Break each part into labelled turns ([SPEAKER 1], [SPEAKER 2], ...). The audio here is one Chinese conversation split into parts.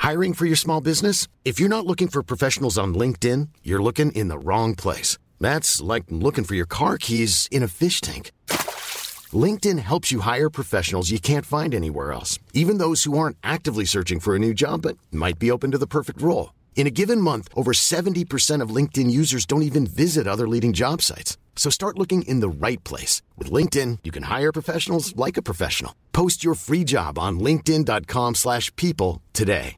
[SPEAKER 1] Hiring for your small business? If you're not looking for professionals on LinkedIn, you're looking in the wrong place. That's like looking for your car keys in a fish tank. LinkedIn helps you hire professionals you can't find anywhere else, even those who aren't actively searching for a new job but might be open to the perfect role. In a given month, over 70% of LinkedIn users don't even visit other leading job sites. So start looking in the right place. With LinkedIn, you can hire professionals like a professional. Post your free job on linkedin.com/people today.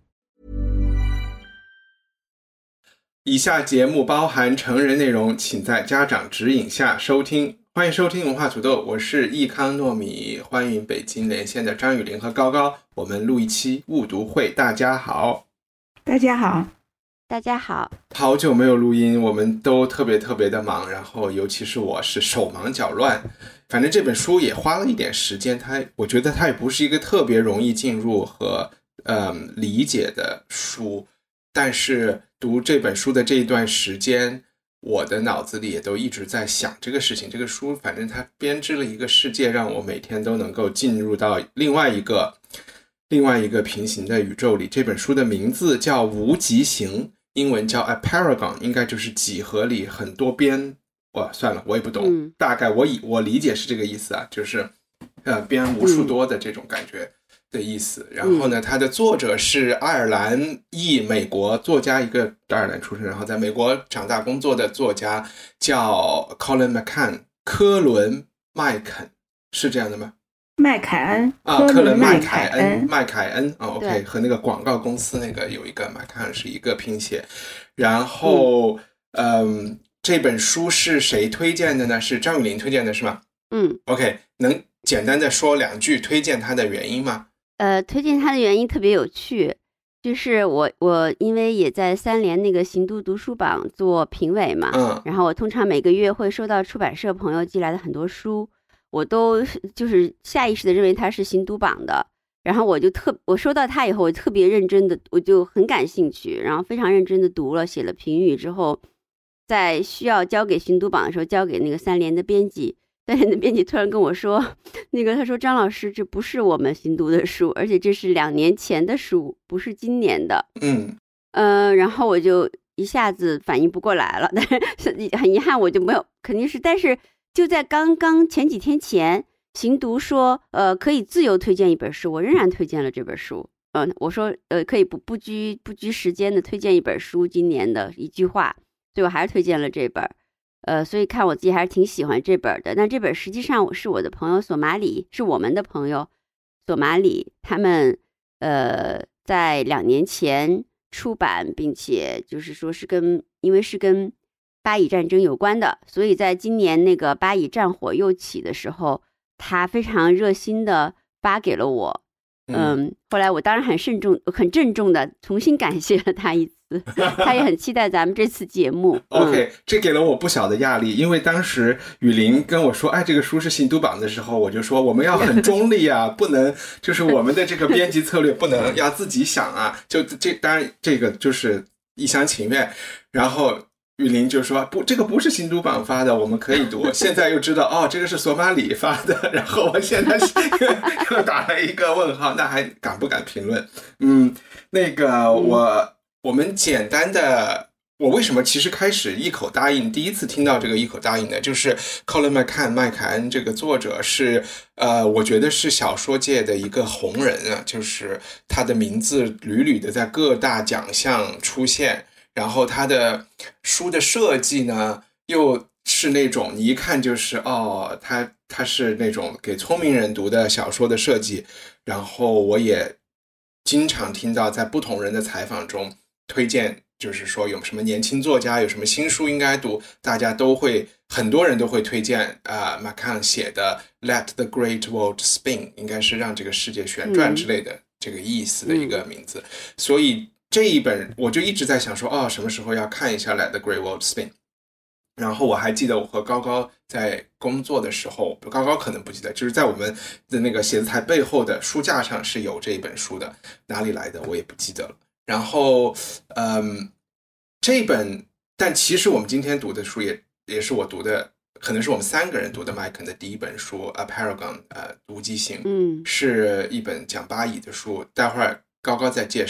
[SPEAKER 2] 以下节目包含成人内容，请在家长指引下收听。欢迎收听文化土豆，我是益康糯米，欢迎北京连线的张雨林和高高，我们录一期误读会。大家好。
[SPEAKER 3] 大家好。
[SPEAKER 4] 大家好，
[SPEAKER 2] 好久没有录音，我们都特别的忙，然后尤其是我是手忙脚乱。反正这本书也花了一点时间，我觉得它也不是一个特别容易进入和理解的书，但是读这本书的这一段时间，我的脑子里也都一直在想这个事情。这个书反正它编织了一个世界，让我每天都能够进入到另外一个平行的宇宙里。这本书的名字叫无极行，英文叫 A Paragon， 应该就是几何里很多边。算了，我也不懂，大概我理解是这个意思啊，就是边无数多的这种感觉的意思。然后呢，它的作者是爱尔兰裔美国作家，一个爱尔兰出生，然后在美国长大工作的作家，叫 Colin McCann， 科伦麦肯，是这样的吗？
[SPEAKER 3] 麦凯恩
[SPEAKER 2] 科伦麦凯恩OK， 和那个广告公司那个有一个麦凯恩是一个拼写。然后这本书是谁推荐的呢？是张雨林推荐的是吗？OK， 能简单的说两句推荐它的原因吗？
[SPEAKER 4] 推荐它的原因特别有趣，就是我因为也在三联那个行读读书榜做评委嘛，然后我通常每个月会收到出版社朋友寄来的很多书，我都就是下意识的认为它是行读榜的，然后我收到它以后，我特别认真的，我就很感兴趣，然后非常认真的读了，写了评语之后，在需要交给行读榜的时候，交给那个三联的编辑，三联的编辑突然跟我说，他说张老师，这不是我们行读的书，而且这是2年前的书，不是今年的。然后我就一下子反应不过来了，但是很遗憾我就没有，肯定是，但是就在刚刚前几天前，行读说可以自由推荐一本书，我仍然推荐了这本书。我说可以不拘时间的推荐一本书，今年的一句话，所以我还是推荐了这本。所以看我自己还是挺喜欢这本的。那这本实际上是我的朋友索马里，是我们的朋友索马里，他们在2年前出版，并且就是说因为是跟巴以战争有关的，所以在今年那个巴以战火又起的时候，他非常热心的发给了我。后来我当然很郑重的重新感谢了他一次，他也很期待咱们这次节目。
[SPEAKER 2] OK， 这给了我不小的压力，因为当时雨林跟我说，这个书是行读榜的时候，我就说我们要很中立啊，不能就是我们的这个编辑策略不能要自己想啊，当然这个就是一厢情愿。然后雨林就说不，这个不是行读榜发的，我们可以读。现在又知道这个是索马里发的，然后我现在又打了一个问号，那还敢不敢评论？那个我们简单的，我为什么其实开始一口答应，第一次听到这个一口答应的，就是 Colin McCann 麦凯恩这个作者是我觉得是小说界的一个红人啊，就是他的名字屡屡的在各大奖项出现。然后他的书的设计呢，又是那种你一看就是他是那种给聪明人读的小说的设计。然后我也经常听到在不同人的采访中推荐，就是说有什么年轻作家有什么新书应该读，大家很多人都会推荐McCann 写的 Let the Great World Spin， 应该是让这个世界旋转之类的这个意思的一个名字。所以这一本我就一直在想说什么时候要看一下 Let the Great World Spin。 然后我还记得我和高高在工作的时候，高高可能不记得，就是在我们的那个写字台背后的书架上是有这一本书的，哪里来的我也不记得了。然后这本，但其实我们今天读的书也是我读的，可能是我们3个人读的麦肯的第一本书 A Paragon， 无极行，是一本讲巴以的书，待会儿高高再介绍。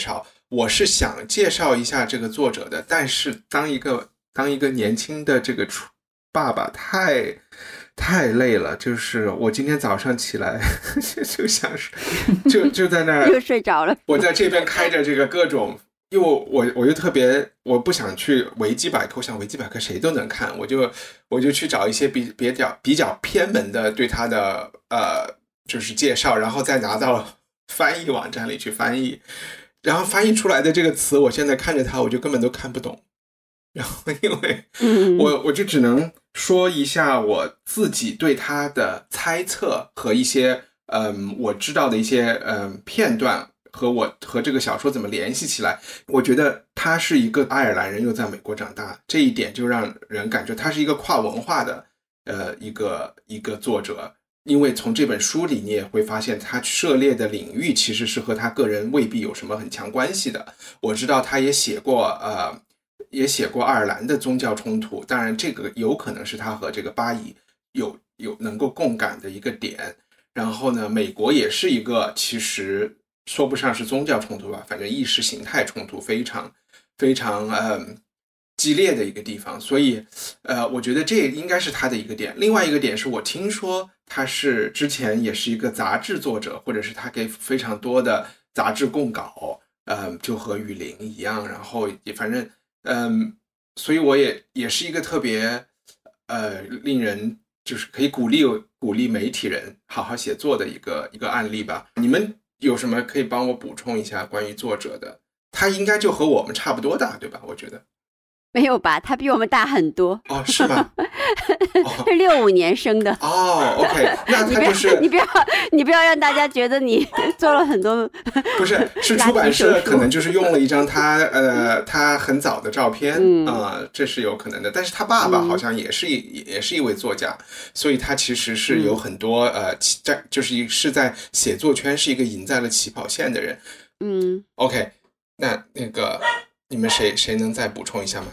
[SPEAKER 2] 我是想介绍一下这个作者的，但是当一个年轻的这个爸爸太累了，就是我今天早上起来就想是就在那
[SPEAKER 4] 又睡着了。
[SPEAKER 2] 我在这边开着这个各种，因为我就特别我不想去维基百科，我想维基百科谁都能看，我就去找一些比较偏门的对他的就是介绍，然后再拿到翻译网站里去翻译，然后翻译出来的这个词，我现在看着它我就根本都看不懂。然后因为我就只能说一下我自己对他的猜测和一些我知道的一些片段和这个小说怎么联系起来。我觉得他是一个爱尔兰人又在美国长大，这一点就让人感觉他是一个跨文化的一个作者。因为从这本书里你也会发现他涉猎的领域其实是和他个人未必有什么很强关系的。我知道他也写过爱尔兰的宗教冲突，当然这个有可能是他和这个巴以有能够共感的一个点。然后呢，美国也是一个其实说不上是宗教冲突吧，反正意识形态冲突非常非常激烈的一个地方。所以我觉得这应该是他的一个点。另外一个点是我听说他是之前也是一个杂志作者，或者是他给非常多的杂志供稿，就和雨林一样，然后也反正所以我也是一个特别令人就是可以鼓励媒体人好好写作的一个案例吧。你们有什么可以帮我补充一下关于作者的？他应该就和我们差不多大，对吧？我觉得
[SPEAKER 4] 没有吧，他比我们大很多。
[SPEAKER 2] 哦，是吗？
[SPEAKER 4] 是65年生的。
[SPEAKER 2] 哦 OK， 那他就是
[SPEAKER 4] 你不要让大家觉得你做了很多
[SPEAKER 2] 不是出版社可能就是用了一张他很早的照片这是有可能的。但是他爸爸好像也是一位作家，所以他其实是有很多就是在写作圈是一个赢在了起跑线的人。OK， 那个你们谁能再补充一下吗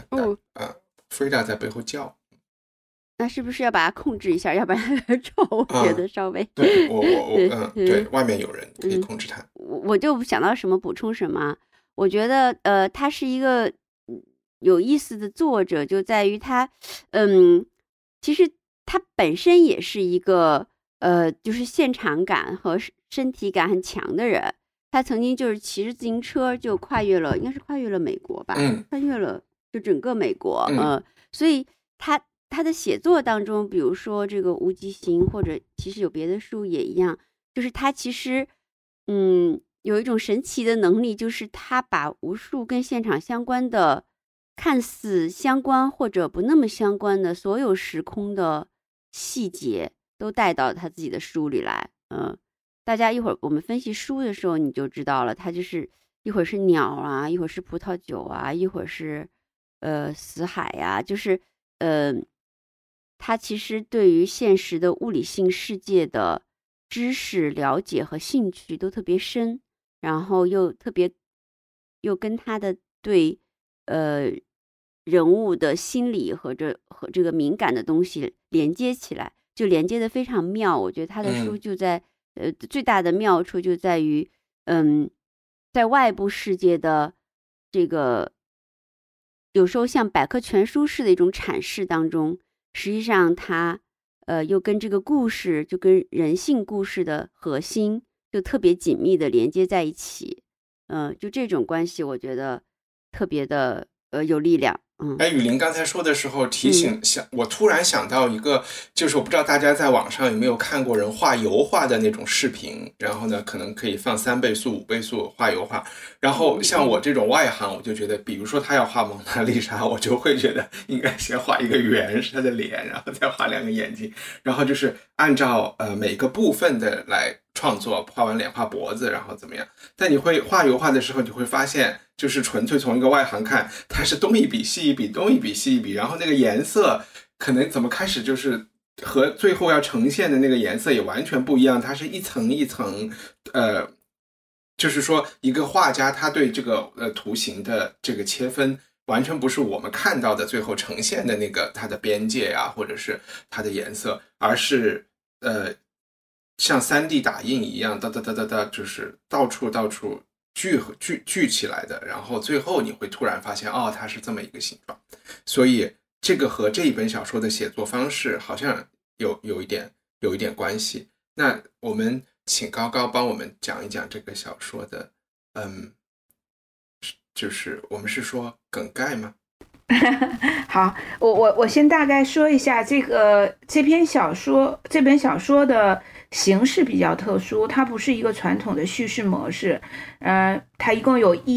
[SPEAKER 2] ？Frida 在背后叫。
[SPEAKER 4] 那是不是要把它控制一下，要不然它吵？我觉得稍微
[SPEAKER 2] 对对，外面有人可以控制它。
[SPEAKER 4] 我就想到什么补充什么。我觉得他是一个有意思的作者，就在于他其实他本身也是一个就是现场感和身体感很强的人。他曾经就是骑着自行车就应该是跨越了美国吧，穿越了就整个美国。所以他的写作当中，比如说这个无极行，或者其实有别的书也一样，就是他其实有一种神奇的能力，就是他把无数跟现场相关的看似相关或者不那么相关的所有时空的细节都带到他自己的书里来。大家一会儿我们分析书的时候你就知道了，他就是一会儿是鸟啊，一会儿是葡萄酒啊，一会儿是死海啊，就是他其实对于现实的物理性世界的知识了解和兴趣都特别深，然后又跟他的对人物的心理和这个敏感的东西连接起来，就连接得非常妙。我觉得他的书就在最大的妙处就在于在外部世界的这个有时候像百科全书式的一种阐释当中，实际上它又跟这个故事，就跟人性故事的核心就特别紧密的连接在一起。就这种关系我觉得特别的有力量。
[SPEAKER 2] 雨林刚才说的时候提醒我突然想到一个，就是我不知道大家在网上有没有看过人画油画的那种视频，然后呢可能可以放3倍速5倍速画油画。然后像我这种外行，我就觉得比如说他要画蒙娜丽莎，我就会觉得应该先画一个圆是他的脸，然后再画2个眼睛，然后就是按照每个部分的来创作，画完脸画脖子然后怎么样。但你会画油画的时候，你会发现就是纯粹从一个外行看，它是东一笔西一笔，东一笔西一笔，然后那个颜色可能怎么开始就是和最后要呈现的那个颜色也完全不一样，它是一层一层就是说一个画家他对这个图形的这个切分完全不是我们看到的最后呈现的那个它的边界啊，或者是它的颜色，而是像 3D 打印一样哒哒哒哒哒，就是到处聚起来的，然后最后你会突然发现，哦，它是这么一个形状。所以这个和这一本小说的写作方式好像有一点关系。那我们请高高帮我们讲一讲这个小说的，就是我们是说梗概吗？
[SPEAKER 3] 好，我先大概说一下这本小说的形式比较特殊，它不是一个传统的叙事模式。它一共有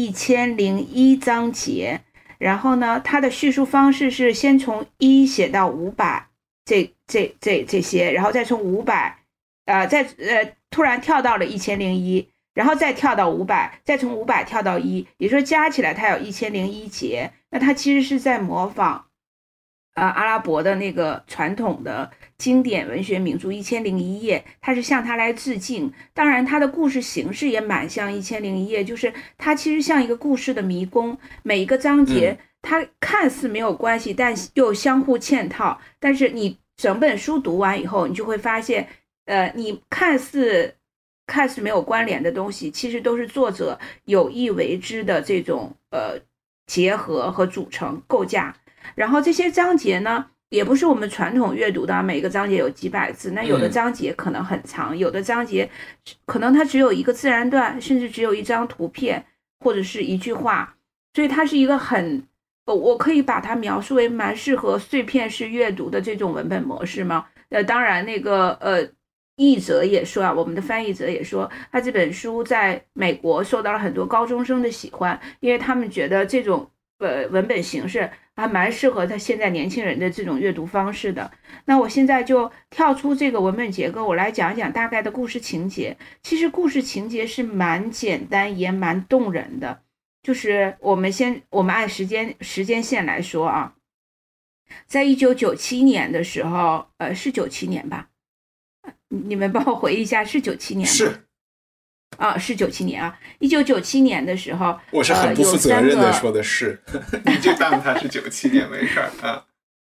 [SPEAKER 3] 1001章节，然后呢，它的叙述方式是先从1写到500，这些，然后再从500，突然跳到了1001，然后再跳到500，再从500跳到1，也就是说加起来它有1001节。那它其实是在模仿阿拉伯的那个传统的经典文学名著1001夜，它是向它来致敬。当然它的故事形式也蛮像1001夜，就是它其实像一个故事的迷宫，每一个章节它看似没有关系，但又相互嵌套。但是你整本书读完以后，你就会发现你看似没有关联的东西，其实都是作者有意为之的这种结合和组成构架。然后这些章节呢，也不是我们传统阅读的每个章节有几百字，那有的章节可能很长，有的章节可能它只有一个自然段，甚至只有一张图片或者是一句话，所以它是一个我可以把它描述为蛮适合碎片式阅读的这种文本模式吗？当然那个译者也说啊，我们的翻译者也说，他这本书在美国受到了很多高中生的喜欢，因为他们觉得这种文本形式还蛮适合他现在年轻人的这种阅读方式的。那我现在就跳出这个文本结构，我来讲一讲大概的故事情节。其实故事情节是蛮简单也蛮动人的，就是我们按时间线来说啊，在1997年的时候，是97年吧？你们帮我回忆一下，是97年吗？
[SPEAKER 2] 是
[SPEAKER 3] 啊，是97年啊。1997年的时候，
[SPEAKER 2] 我是很不负责任的说的是，你就当它是97年没事啊。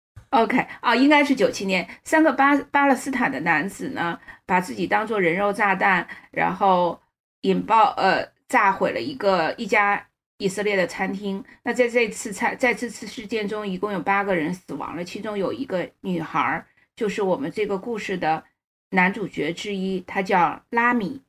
[SPEAKER 3] OK 啊，应该是97年。3个巴勒斯坦的男子呢，把自己当作人肉炸弹，然后炸毁了一家以色列的餐厅。那在这次事件中，一共有8个人死亡了，其中有一个女孩，就是我们这个故事的男主角之一，他叫拉米。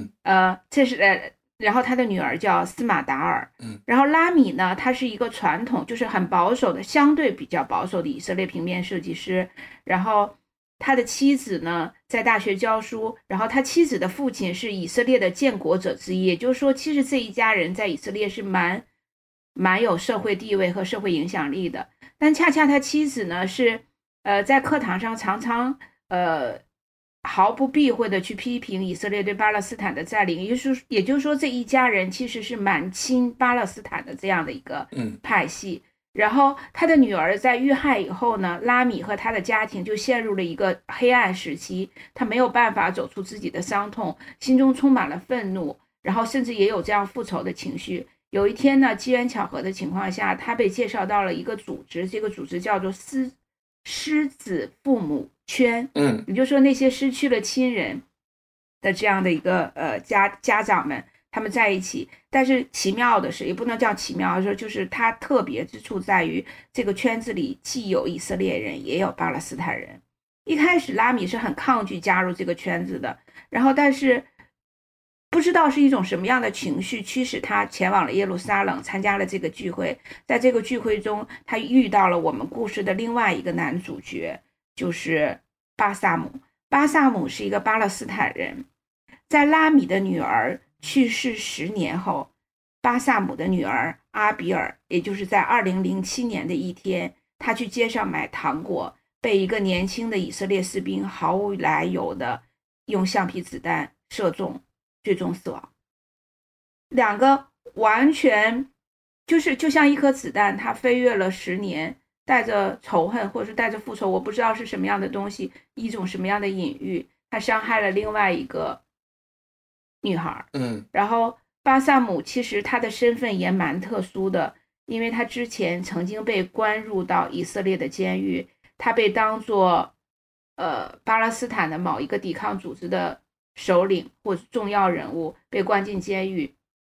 [SPEAKER 3] 然后他的女儿叫斯马达尔。然后拉米呢，他是一个传统就是很保守的，相对比较保守的以色列平面设计师。然后他的妻子呢在大学教书，然后他妻子的父亲是以色列的建国者之一，也就是说其实这一家人在以色列是蛮有社会地位和社会影响力的。但恰恰他妻子呢是在课堂上常常毫不避讳的去批评以色列对巴勒斯坦的占领，也就是说这一家人其实是蛮亲巴勒斯坦的这样的一个派系。然后他的女儿在遇害以后呢，拉米和他的家庭就陷入了一个黑暗时期，他没有办法走出自己的伤痛，心中充满了愤怒，然后甚至也有这样复仇的情绪。有一天呢，机缘巧合的情况下，他被介绍到了一个组织，这个组织叫做狮子父母圈。也就是说那些失去了亲人的这样的一个家长们，他们在一起。但是奇妙的是，也不能叫奇妙，说就是它特别之处在于这个圈子里既有以色列人也有巴勒斯坦人。一开始拉米是很抗拒加入这个圈子的，然后但是不知道是一种什么样的情绪驱使他前往了耶路撒冷，参加了这个聚会。在这个聚会中，他遇到了我们故事的另外一个男主角，就是巴萨姆。巴萨姆是一个巴勒斯坦人。在拉米的女儿去世10年后，巴萨姆的女儿阿比尔，也就是在2007年的一天，他去街上买糖果，被一个年轻的以色列士兵毫无来由的用橡皮子弹射中，最终死亡。两个完全就像一颗子弹，它飞跃了10年，带着仇恨或者是带着复仇，我不知道是什么样的东西，一种什么样的隐喻，它伤害了另外一个女孩。然后巴萨姆其实他的身份也蛮特殊的，因为他之前曾经被关入到以色列的监狱，他被当作巴勒斯坦的某一个抵抗组织的首领或者重要人物被关进监狱。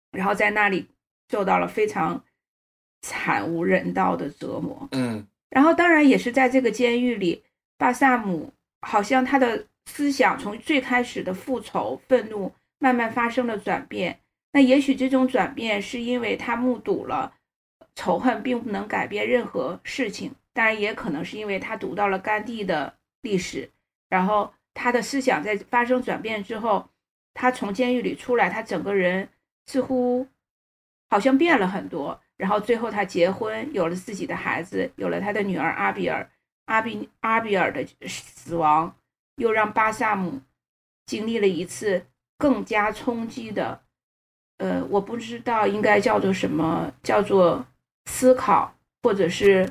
[SPEAKER 3] 然后在那里受到了非常惨无人道的折磨。然后当然也是在这个监狱里，巴萨姆好像他的思想从最开始的复仇愤怒慢慢发生了转变。那也许这种转变是因为他目睹了仇恨并不能改变任何事情，当然也可能是因为他读到了甘地的历史，然后他的思想在发生转变之后，他从监狱里出来，他整个人似乎好像变了很多。然后最后他结婚，有了自己的孩子，有了他的女儿阿比尔。阿比尔的死亡又让巴萨姆经历了一次更加冲击的我不知道应该叫做什么，叫做思考，或者是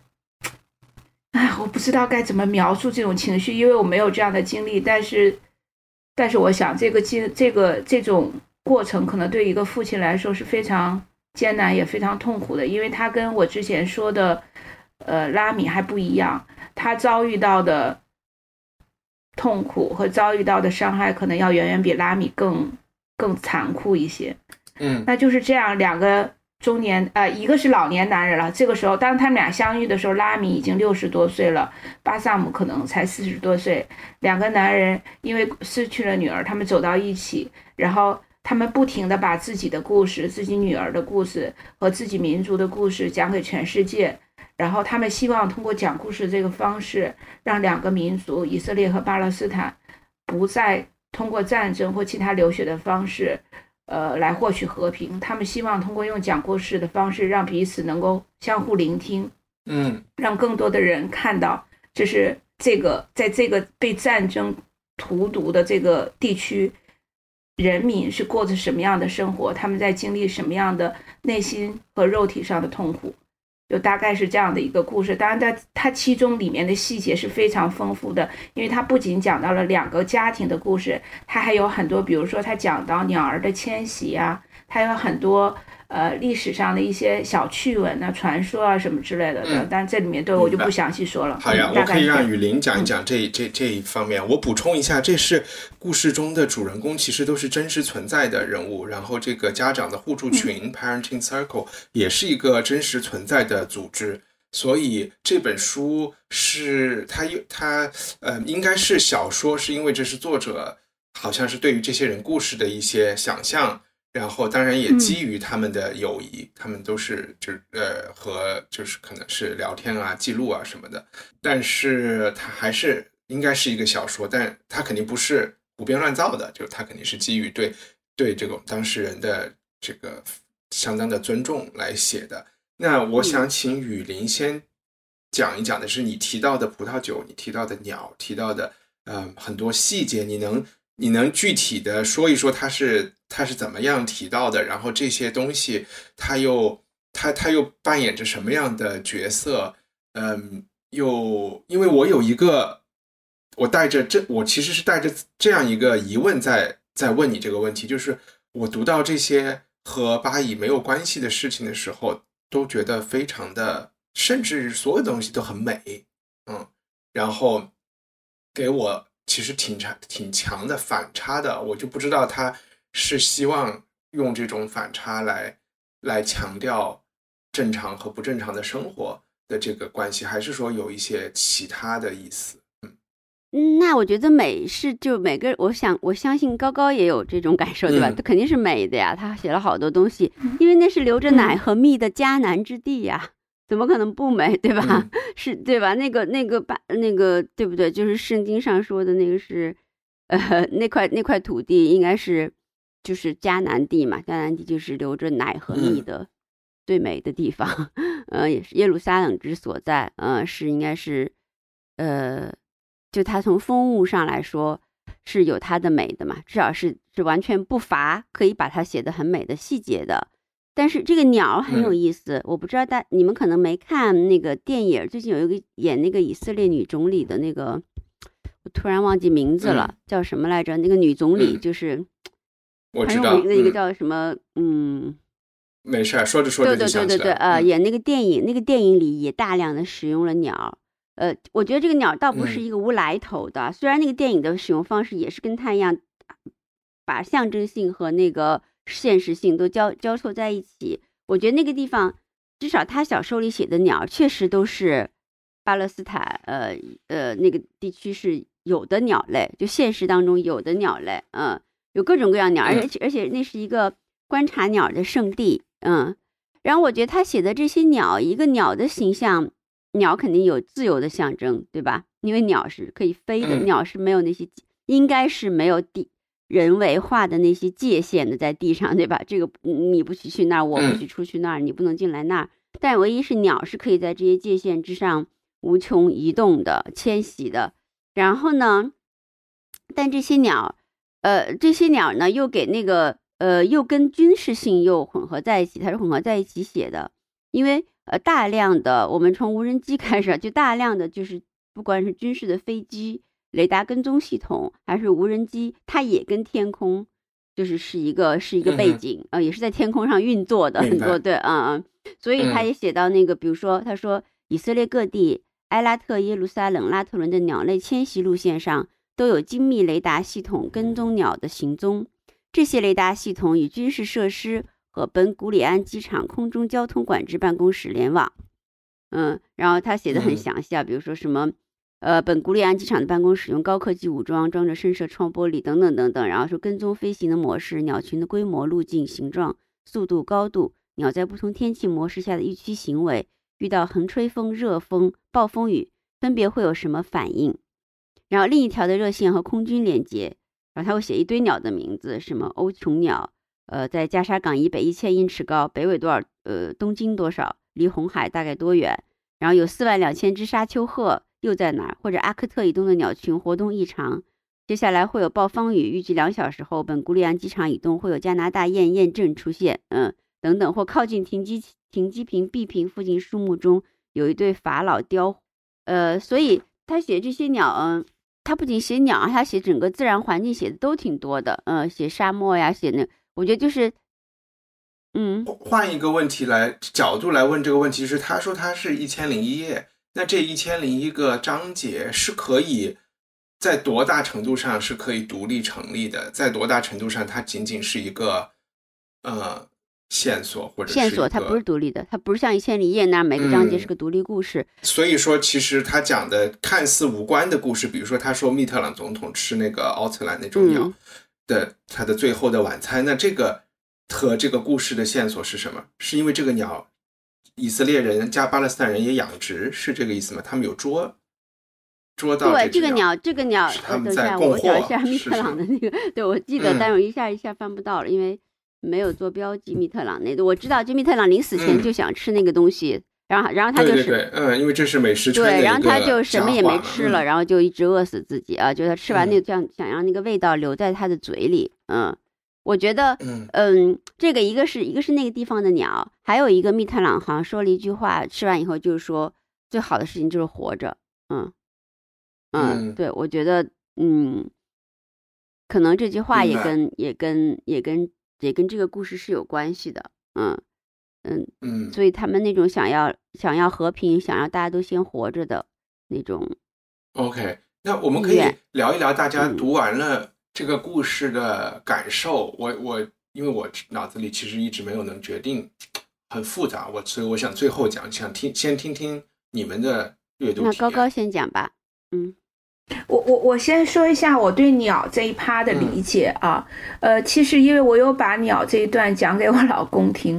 [SPEAKER 3] 我不知道该怎么描述这种情绪，因为我没有这样的经历。但是我想这种过程可能对一个父亲来说是非常艰难也非常痛苦的，因为他跟我之前说的拉米还不一样，他遭遇到的痛苦和遭遇到的伤害可能要远远比拉米更残酷一些。那就是这样，两个中年一个是老年男人了。这个时候当他们俩相遇的时候，拉米已经60多岁了，巴萨姆可能才40多岁。两个男人因为失去了女儿，他们走到一起，然后他们不停地把自己的故事，自己女儿的故事和自己民族的故事讲给全世界。然后他们希望通过讲故事这个方式，让两个民族以色列和巴勒斯坦不再通过战争或其他流血的方式来获取和平。他们希望通过用讲故事的方式，让彼此能够相互聆听，让更多的人看到这是在这个被战争荼毒的这个地区，人民是过着什么样的生活，他们在经历什么样的内心和肉体上的痛苦。就大概是这样的一个故事。当然它其中里面的细节是非常丰富的，因为它不仅讲到了两个家庭的故事，它还有很多，比如说它讲到鸟儿的迁徙啊，它有很多历史上的一些小趣闻啊、传说啊什么之类的。但这里面我就不详细说了。
[SPEAKER 2] 好呀，我可以让雨林讲一讲这一方面。我补充一下，这是故事中的主人公其实都是真实存在的人物，然后这个家长的互助群、Parenting Circle 也是一个真实存在的组织。所以这本书是它应该是小说，是因为这是作者好像是对于这些人故事的一些想象。然后当然也基于他们的友谊，他们都是和就是可能是聊天啊、记录啊什么的。但是它还是应该是一个小说，但它肯定不是胡编乱造的，就是它肯定是基于对这种当事人的这个相当的尊重来写的。那我想请雨林先讲一讲的是你提到的葡萄酒，你提到的鸟，提到的很多细节，你能具体的说一说它是怎么样提到的，然后这些东西它又扮演着什么样的角色？因为我有一个，我其实是带着这样一个疑问在问你这个问题，就是我读到这些和巴以没有关系的事情的时候，都觉得非常的，甚至所有东西都很美，然后给我其实挺强的反差的。我就不知道他是希望用这种反差来强调正常和不正常的生活的这个关系，还是说有一些其他的意思？
[SPEAKER 4] 那我觉得美是就每个人，我相信高高也有这种感受，对吧？肯定是美的呀，他写了好多东西，因为那是流着奶和蜜的迦南之地呀。怎么可能不美，对吧？是，对吧？那个对不对？就是圣经上说的那个是，那块土地应该是就是迦南地嘛，迦南地就是流着奶和蜜的最美的地方，也是耶路撒冷之所在，是应该是，就它从风物上来说是有它的美的嘛，至少是完全不乏可以把它写得很美的细节的。但是这个鸟很有意思，我不知道你们可能没看那个电影，最近有一个演那个以色列女总理的那个，我突然忘记名字了，叫什么来着？那个女总理就是
[SPEAKER 2] 我知道
[SPEAKER 4] 很有名的一个叫什么，
[SPEAKER 2] 没事，说着说着就想起来。
[SPEAKER 4] 对，演那个电影，那个电影里也大量的使用了鸟。我觉得这个鸟倒不是一个无来头的，虽然那个电影的使用方式也是跟它一样，把象征性和那个现实性都交错在一起。我觉得那个地方，至少他小说里写的鸟确实都是巴勒斯坦那个地区是有的鸟类，就现实当中有的鸟类，有各种各样鸟，而且那是一个观察鸟的圣地，然后我觉得他写的这些鸟，一个鸟的形象，鸟肯定有自由的象征，对吧？因为鸟是可以飞的，鸟是没有那些，应该是没有人为化的那些界限的在地上，对吧？这个你不许去那儿，我不许出去那儿，你不能进来那儿。但唯一是鸟是可以在这些界限之上无穷移动的、迁徙的。然后呢，但这些鸟呢，又给那个又跟军事性又混合在一起，它是混合在一起写的。因为大量的我们从无人机开始，就大量的就是不管是军事的飞机、雷达跟踪系统还是无人机，它也跟天空是一个背景，也是在天空上运作的很多，对，所以他也写到那个，比如说他说以色列各地埃拉特、耶路撒冷、拉特伦的鸟类迁徙路线上都有精密雷达系统跟踪鸟的行踪，这些雷达系统与军事设施和本古里安机场空中交通管制办公室联网。然后他写的很详细啊，比如说什么本古里安机场的办公室用高科技武装，装着深射窗玻璃等等等等，然后说跟踪飞行的模式、鸟群的规模、路径、形状、速度、高度，鸟在不同天气模式下的预期行为，遇到横吹风、热风、暴风雨分别会有什么反应。然后另一条的热线和空军连接，然后他会写一堆鸟的名字，什么欧琼鸟，在加沙港以北1000英尺高，北纬多少，东经多少，离红海大概多远，然后有42000只沙丘鹤又在哪儿，或者阿克特以东的鸟群活动异常，接下来会有暴风雨，预计2小时后本古里安机场以东会有加拿大雁阵出现，等等，或靠近停机坪 B 坪附近树木中有一对法老雕，所以他写这些鸟，他不仅写鸟，他写整个自然环境写的都挺多的，写沙漠呀，写那，我觉得就是
[SPEAKER 2] 换一个角度来问这个问题，就是他说他是1001页，那这1001个章节是可以在多大程度上是可以独立成立的，在多大程度上它仅仅是一个线索，或者是线索，
[SPEAKER 4] 它不是独立的，它不是像1001页那样每个章节是个独立故事。
[SPEAKER 2] 所以说其实他讲的看似无关的故事，比如说他说密特朗总统吃那个奥特兰那种鸟的他的最后的晚餐，那这个和这个故事的线索是什么？是因为这个鸟以色列人加巴勒斯坦人也养殖，是这个意思吗？他们有捉到
[SPEAKER 4] 对这个鸟
[SPEAKER 2] 等一下
[SPEAKER 4] 我找一下密特朗的那个，对，我记得，但是我一下翻不到了，因为没有做标记。密特朗那个我知道，就密特朗临死前就想吃那个东西，然后他就是
[SPEAKER 2] 对，因为这是美食圈的一个
[SPEAKER 4] 对，然后他就什么也没吃了，然后就一直饿死自己啊，就他吃完那个想让那个味道留在他的嘴里，我觉得这个一个是那个地方的鸟，还有一个密特朗好像说了一句话，吃完以后就是说最好的事情就是活着，对，我觉得可能这句话也跟这个故事是有关系的，所以他们那种想要和平，想要大家都先活着的那种。
[SPEAKER 2] OK， 那我们可以聊一聊大家读完了这个故事的感受。因为我脑子里其实一直没有能决定，很复杂，所以我想最后讲，先听听你们的阅读体验。
[SPEAKER 4] 那高高先讲吧。
[SPEAKER 3] 我先说一下我对鸟这一趴的理解啊，其实因为我有把鸟这一段讲给我老公听，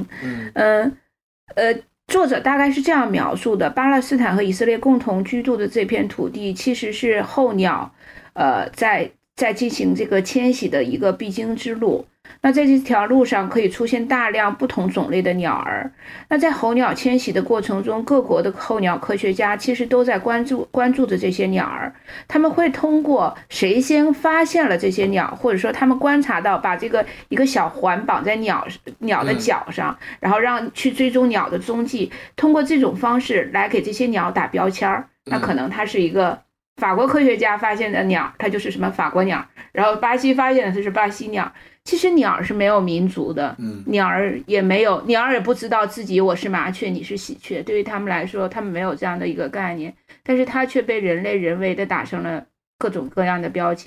[SPEAKER 3] 作者大概是这样描述的：巴勒斯坦和以色列共同居住的这片土地，其实是候鸟，在进行这个迁徙的一个必经之路。那在这条路上可以出现大量不同种类的鸟儿。那在候鸟迁徙的过程中，各国的候鸟科学家其实都在关注着这些鸟儿。他们会通过谁先发现了这些鸟，或者说他们观察到把这个一个小环绑在鸟的脚上，然后让去追踪鸟的踪迹，通过这种方式来给这些鸟打标签。那可能它是一个法国科学家发现的鸟，它就是什么法国鸟，然后巴西发现的是巴西鸟。其实鸟是没有民族的，鸟儿也不知道自己我是麻雀你是喜鹊，对于他们来说他们没有这样的一个概念，但是它却被人类人为的打上了各种各样的标签，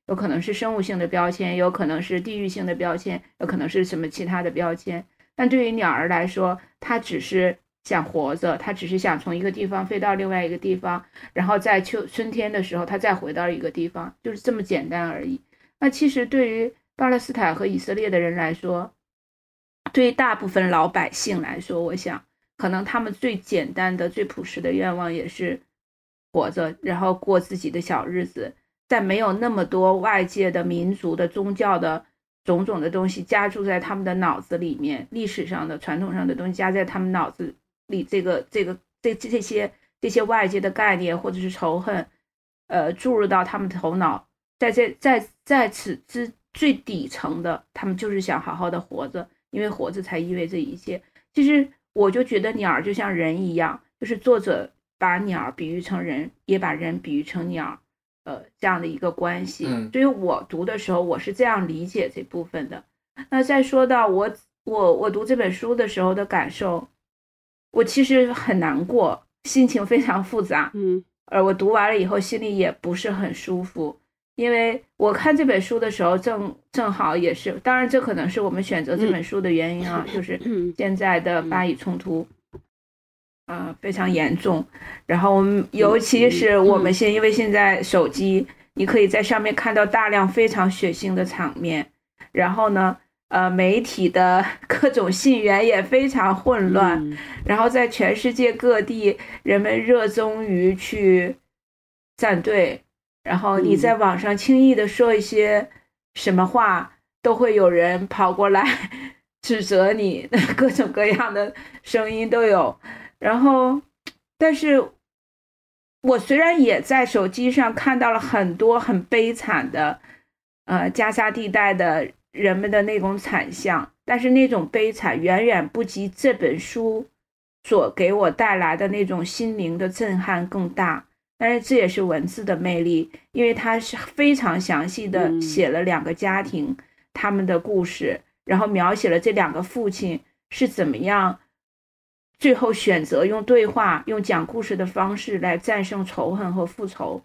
[SPEAKER 3] 有可能是生物性的标签，有可能是地域性的标签，有可能是什么其他的标签。但对于鸟儿来说，它只是想活着，它只是想从一个地方飞到另外一个地方，然后在春天的时候它再回到一个地方，就是这么简单而已。那其实对于巴勒斯坦和以色列的人来说，对于大部分老百姓来说，我想可能他们最简单的最朴实的愿望也是活着，然后过自己的小日子，在没有那么多外界的民族的宗教的种种的东西加注在他们的脑子里面，历史上的传统上的东西加在他们脑子里，这些外界的概念或者是仇恨注入到他们头脑，在此之最底层的，他们就是想好好的活着，因为活着才意味着一切。其实我就觉得鸟儿就像人一样，就是作者把鸟比喻成人，也把人比喻成鸟，这样的一个关系。所以我读的时候，我是这样理解这部分的。那再说到我读这本书的时候的感受，我其实很难过，心情非常复杂。我读完了以后心里也不是很舒服，因为我看这本书的时候正好也是，当然这可能是我们选择这本书的原因啊，就是现在的巴以冲突非常严重，然后尤其是我们因为现在手机你可以在上面看到大量非常血腥的场面，然后呢媒体的各种信源也非常混乱，然后在全世界各地人们热衷于去站队，然后你在网上轻易的说一些什么话都会有人跑过来指责你，各种各样的声音都有。然后但是我虽然也在手机上看到了很多很悲惨的加沙地带的人们的那种惨象，但是那种悲惨远远不及这本书所给我带来的那种心灵的震撼更大。但是这也是文字的魅力，因为它是非常详细的写了两个家庭他们的故事，然后描写了这两个父亲是怎么样最后选择用对话用讲故事的方式来战胜仇恨和复仇。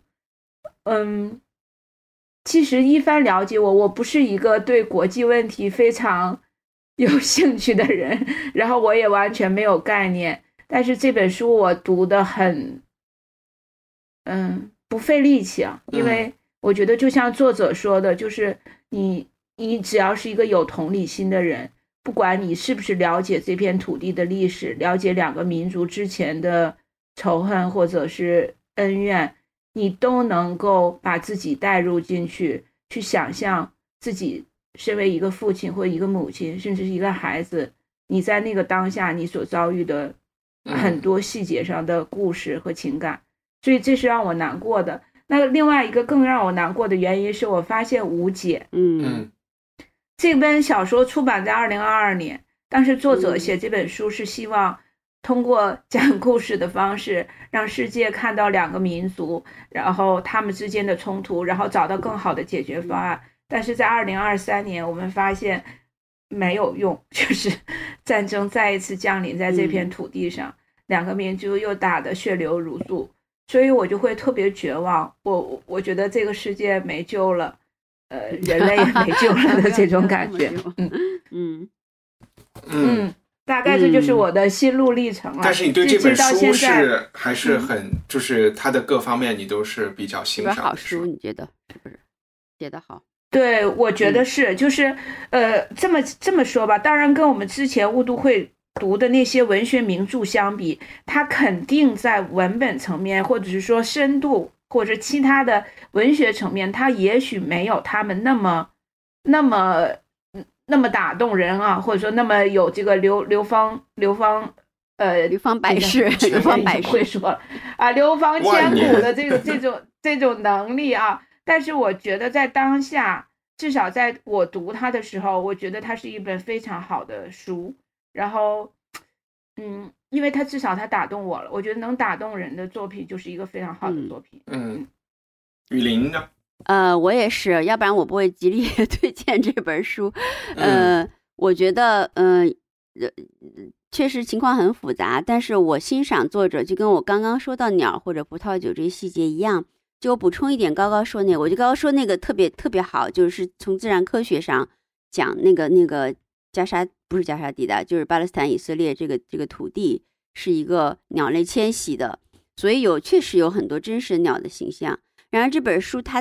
[SPEAKER 3] 其实一番了解我不是一个对国际问题非常有兴趣的人，然后我也完全没有概念，但是这本书我读得很不费力气啊，因为我觉得就像作者说的，就是你只要是一个有同理心的人，不管你是不是了解这片土地的历史，了解两个民族之前的仇恨或者是恩怨，你都能够把自己带入进去，去想象自己身为一个父亲或一个母亲，甚至是一个孩子，你在那个当下你所遭遇的很多细节上的故事和情感。所以这是让我难过的。那另外一个更让我难过的原因是我发现无解。这本小说出版在2022年，当时作者写这本书是希望通过讲故事的方式让世界看到两个民族，然后他们之间的冲突，然后找到更好的解决方案。但是在2023年我们发现没有用，就是战争再一次降临在这片土地上，两个民族又打得血流如注，所以我就会特别绝望，我觉得这个世界没救了，人类也没救了的这种感觉。大概这就是我的心路历程了。
[SPEAKER 2] 但是你对这本书是还是很就是它的各方面你都是比较欣赏的。
[SPEAKER 4] 好书你觉得是不是写得好？
[SPEAKER 3] 对，我觉得是，就是这么说吧，当然跟我们之前误读会读的那些文学名著相比，它肯定在文本层面或者是说深度或者其他的文学层面，它也许没有他们那么打动人啊，或者说那么有这个流芳百世会说啊，流芳千古的这种能力啊。但是我觉得在当下，至少在我读它的时候，我觉得它是一本非常好的书。然后因为它至少它打动我了，我觉得能打动人的作品就是一个非常好的作品。
[SPEAKER 2] 雨林呢？
[SPEAKER 4] 我也是，要不然我不会极力推荐这本书。我觉得确实情况很复杂，但是我欣赏作者就跟我刚刚说到鸟或者葡萄酒这些细节一样， 就我补充一点，高高说那个，我就高高说那个特别好，就是从自然科学上讲，那个不是加沙地带，就是巴勒斯坦以色列这个土地是一个鸟类迁徙的，所以确实有很多真实的鸟的形象。然而这本书它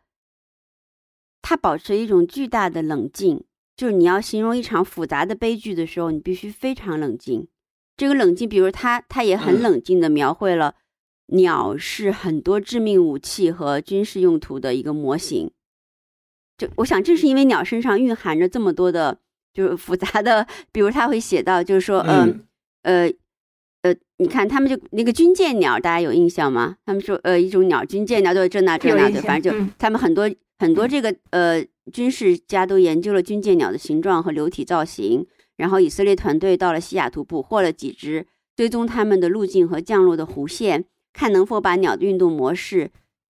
[SPEAKER 4] 保持一种巨大的冷静，就是你要形容一场复杂的悲剧的时候，你必须非常冷静。这个冷静，比如他也很冷静地描绘了鸟是很多致命武器和军事用途的一个模型。我想正是因为鸟身上蕴含着这么多的就是复杂的，比如他会写到就是说你看他们就那个军舰鸟大家有印象吗？他们说一种鸟军舰鸟都这那的，反正就他们很多这个军事家都研究了军舰鸟的形状和流体造型，然后以色列团队到了西雅图捕获了几只，追踪他们的路径和降落的弧线，看能否把鸟的运动模式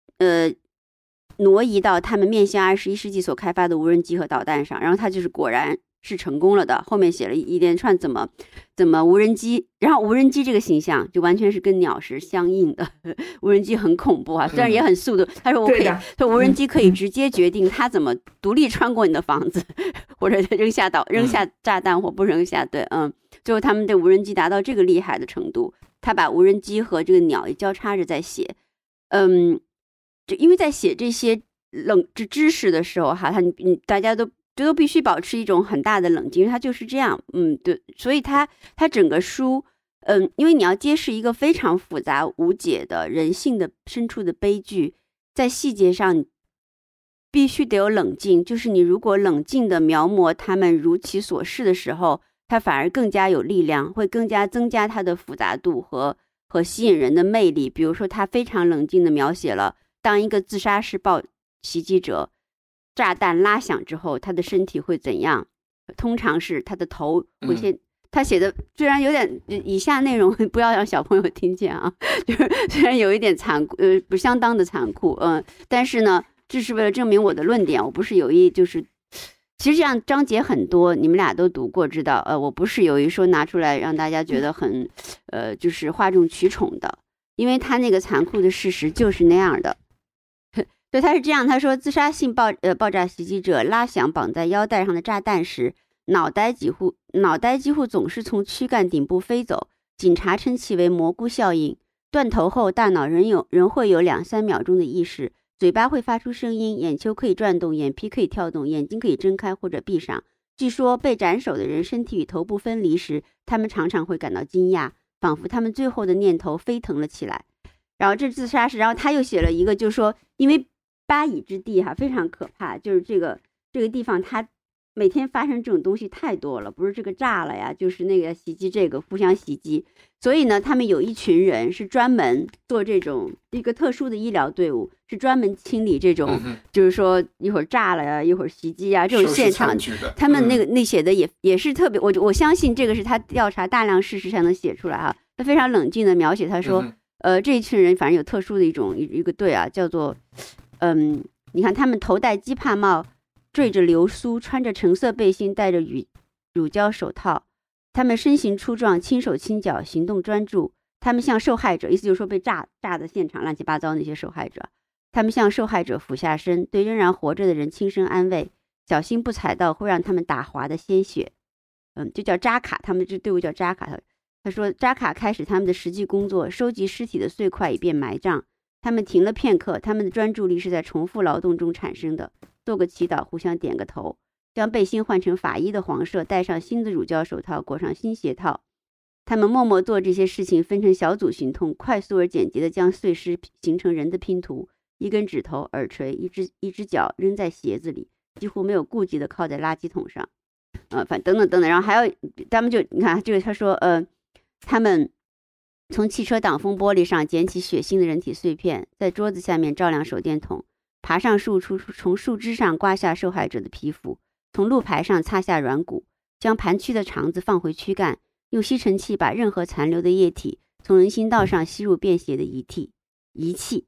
[SPEAKER 4] 挪移到他们面向21世纪所开发的无人机和导弹上，然后他就是果然是成功了的。后面写了一连串怎么无人机，然后无人机这个形象就完全是跟鸟是相应的。无人机很恐怖啊，虽然也很速度。他说我可以，说无人机可以直接决定它怎么独立穿过你的房子，或者扔下炸弹或不扔下。对，最后他们的无人机达到这个厉害的程度，他把无人机和这个鸟也交叉着在写。就因为在写这些知识的时候哈，大家都必须保持一种很大的冷静，因为它就是这样，对，所以它整个书，因为你要揭示一个非常复杂无解的人性的深处的悲剧，在细节上必须得有冷静，就是你如果冷静的描摹他们如其所示的时候，它反而更加有力量，会更加增加它的复杂度和吸引人的魅力。比如说他非常冷静的描写了当一个自杀式袭击者炸弹拉响之后他的身体会怎样，通常是他的头会先他写的虽然有点以下内容不要让小朋友听见啊，就是虽然有一点残酷不相当的残酷但是呢这是为了证明我的论点，我不是有意就是其实这样章节很多，你们俩都读过知道我不是有意说拿出来让大家觉得很就是哗众取宠的，因为他那个残酷的事实就是那样的。对，他是这样，他说自杀性爆炸袭击者拉响绑在腰带上的炸弹时，脑袋几乎总是从躯干顶部飞走，警察称其为蘑菇效应。断头后大脑仍会有2-3秒钟的意识，嘴巴会发出声音，眼球可以转动，眼皮可以跳动，眼睛可以睁开或者闭上。据说被斩首的人身体与头部分离时，他们常常会感到惊讶，仿佛他们最后的念头飞腾了起来。然后这自杀是，然后他又写了一个，就是说因为巴以之地非常可怕，就是这个地方它每天发生这种东西太多了，不是这个炸了呀，就是那个袭击，这个互相袭击，所以呢他们有一群人是专门做这种一个特殊的医疗队伍，是专门清理这种就是说一会儿炸了呀一会儿袭击啊这种现场，他们那写的也是特别，我相信这个是他调查大量事实才能写出来他非常冷静的描写，他说这一群人反正有特殊的一个队叫做你看他们头戴鸡帕帽，缀着流苏，穿着橙色背心，戴着乳胶手套，他们身形粗壮，轻手轻脚，行动专注。他们像受害者，意思就是说被炸的现场乱七八糟那些受害者，他们向受害者俯下身，对仍然活着的人轻声安慰，小心不踩到会让他们打滑的鲜血。就叫扎卡，他们这队伍叫扎卡。他说扎卡开始他们的实际工作，收集尸体的碎块以便埋葬。他们停了片刻，他们的专注力是在重复劳动中产生的。做个祈祷，互相点个头，将背心换成法医的黄色，戴上新的乳胶手套，裹上新鞋套。他们默默做这些事情，分成小组行动，快速而简洁地将碎尸形成人的拼图，一根指头、耳垂、一只脚扔在鞋子里，几乎没有顾忌地靠在垃圾桶上。等等，然后还有他们就你看这个他说他们从汽车挡风玻璃上捡起血腥的人体碎片，在桌子下面照亮手电筒，爬上树，从树枝上刮下受害者的皮肤，从路牌上擦下软骨，将盘曲的肠子放回躯干，用吸尘器把任何残留的液体从人行道上吸入便携的仪器。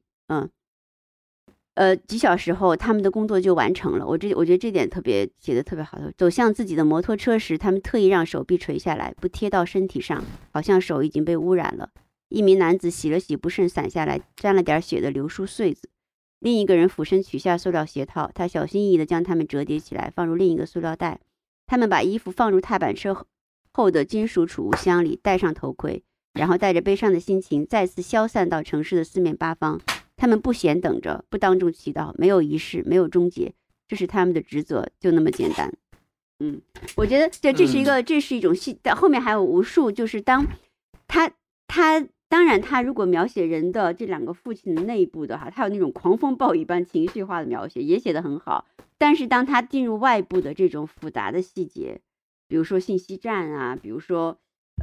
[SPEAKER 4] 几小时后他们的工作就完成了。我觉得这点写得特别好。走向自己的摩托车时，他们特意让手臂垂下来，不贴到身体上，好像手已经被污染了。一名男子洗了洗不慎散下来沾了点血的流苏穗子， 另一个人俯身取下塑料鞋套，他小心翼翼地将它们折叠起来，放入另一个塑料袋。他们把衣服放入踏板车后的金属储物箱里，戴上头盔，然后带着悲伤的心情再次消散到城市的四面八方。他们不闲等着，不当众祈祷，没有仪式，没有终结，这是他们的职责，就那么简单。我觉得这是一种戏，后面还有无数，就是当他当然他如果描写人的这两个父亲的内部的他有那种狂风暴雨般情绪化的描写，也写得很好。但是当他进入外部的这种复杂的细节，比如说信息战啊，比如说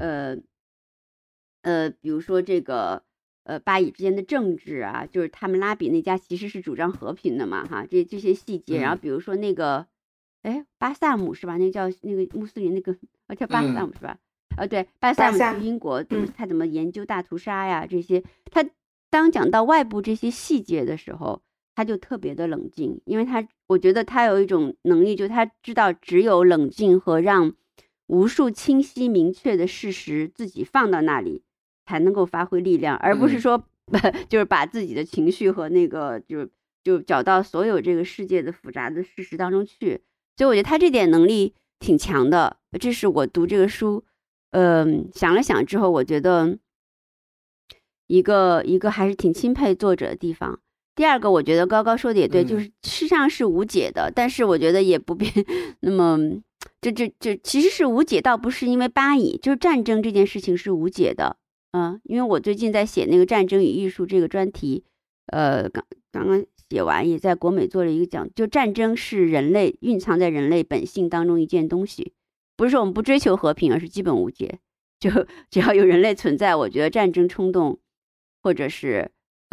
[SPEAKER 4] 这个巴以之间的政治啊，就是他们拉比那家其实是主张和平的嘛这些细节，然后比如说那个巴萨姆是吧？那个叫那个穆斯林那个叫巴萨姆是吧？对，巴萨姆去英国，他怎么研究大屠杀呀？这些他当讲到外部这些细节的时候，他就特别的冷静，因为我觉得他有一种能力，就他知道只有冷静和让无数清晰明确的事实自己放到那里，才能够发挥力量，而不是说就是把自己的情绪和那个就找到所有这个世界的复杂的事实当中去。所以我觉得他这点能力挺强的，这是我读这个书想了想之后，我觉得一个还是挺钦佩作者的地方。第二个，我觉得高高说的也对，就是事实上是无解的，但是我觉得也不必那么这其实是无解，倒不是因为巴以，就是战争这件事情是无解的。因为我最近在写那个战争与艺术这个专题，刚刚写完，也在国美做了一个讲，就战争是人类蕴藏在人类本性当中一件东西，不是说我们不追求和平，而是基本无解。就只要有人类存在，我觉得战争冲动，或者是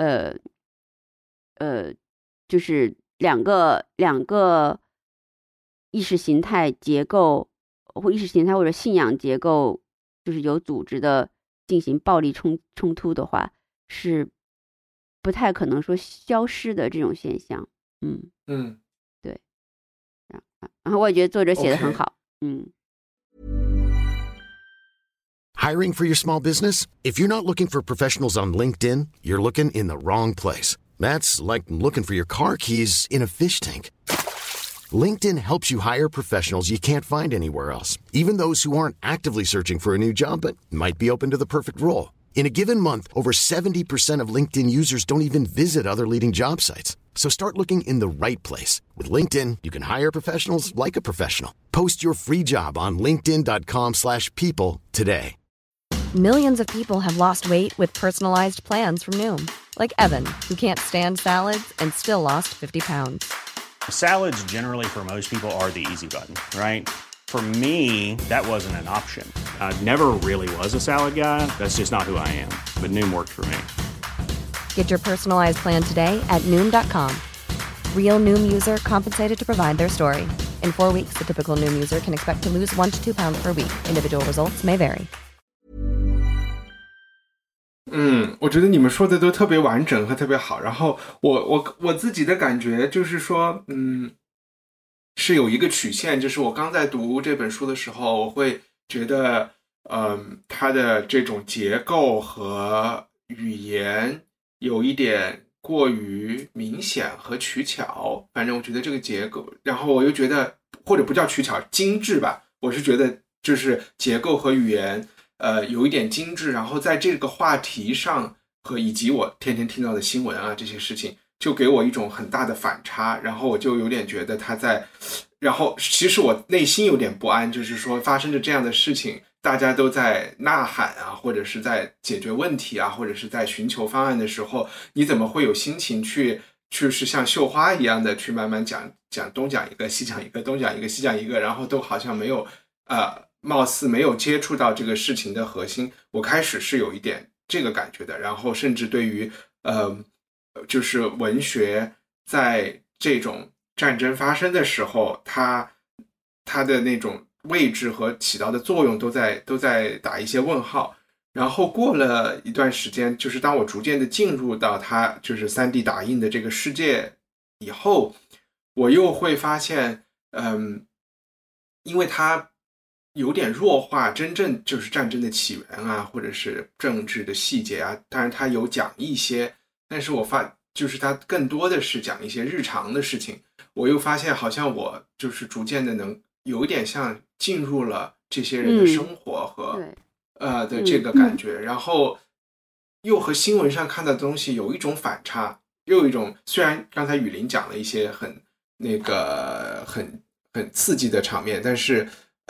[SPEAKER 4] 就是两个意识形态结构或意识形态或者信仰结构，就是有组织的进行暴力冲突的话，是不太可能说消失的这种现象。对。然后我也觉得作者写得很好。
[SPEAKER 1] Hiring for your small business? If you're not looking for professionals on LinkedIn, you're looking in the wrong place. That's like looking for your car keys in a fish tank. LinkedIn helps you hire professionals you can't find anywhere else, even those who aren't actively searching for a new job but might be open to the perfect role. In a given month, over 70% of LinkedIn users don't even visit other leading job sites. So start looking in the right place. With LinkedIn, you can hire professionals like a professional. Post your free job on linkedin.com/people today.
[SPEAKER 5] Millions of people have lost weight with personalized plans from Noom. Like Evan, who can't stand salads and still lost 50 pounds.
[SPEAKER 6] Salads generally for most people are the easy button, right? For me, that wasn't an option. I never really was a salad guy. That's just not who I am. But Noom worked for me.
[SPEAKER 5] Get your personalized plan today at Noom.com. Real Noom user compensated to provide their story. In 4 weeks, the typical Noom user can expect to lose 1 to 2 pounds per week. Individual results may vary.
[SPEAKER 2] 我觉得你们说的都特别完整和特别好。然后我自己的感觉就是说，是有一个曲线，就是我刚在读这本书的时候，我会觉得，它的这种结构和语言有一点过于明显和取巧。反正我觉得这个结构，然后我又觉得，或者不叫取巧，精致吧。我是觉得就是结构和语言。有一点精致，然后在这个话题上和以及我天天听到的新闻啊这些事情，就给我一种很大的反差，然后我就有点觉得他在，然后其实我内心有点不安，就是说发生着这样的事情，大家都在呐喊啊，或者是在解决问题啊，或者是在寻求方案的时候，你怎么会有心情去是像绣花一样的去慢慢讲东讲一个西讲一个，东讲一个西讲一个，然后都好像没有貌似没有接触到这个事情的核心。我开始是有一点这个感觉的，然后甚至对于就是文学在这种战争发生的时候，它的那种位置和起到的作用都在打一些问号。然后过了一段时间，就是当我逐渐的进入到它就是 3D 打印的这个世界以后，我又会发现因为它有点弱化真正就是战争的起源啊，或者是政治的细节啊，当然它有讲一些，但是我就是它更多的是讲一些日常的事情。我又发现好像我就是逐渐的能有点像进入了这些人的生活和的这个感觉，然后又和新闻上看到的东西有一种反差，又有一种，虽然刚才雨林讲了一些很刺激的场面，但是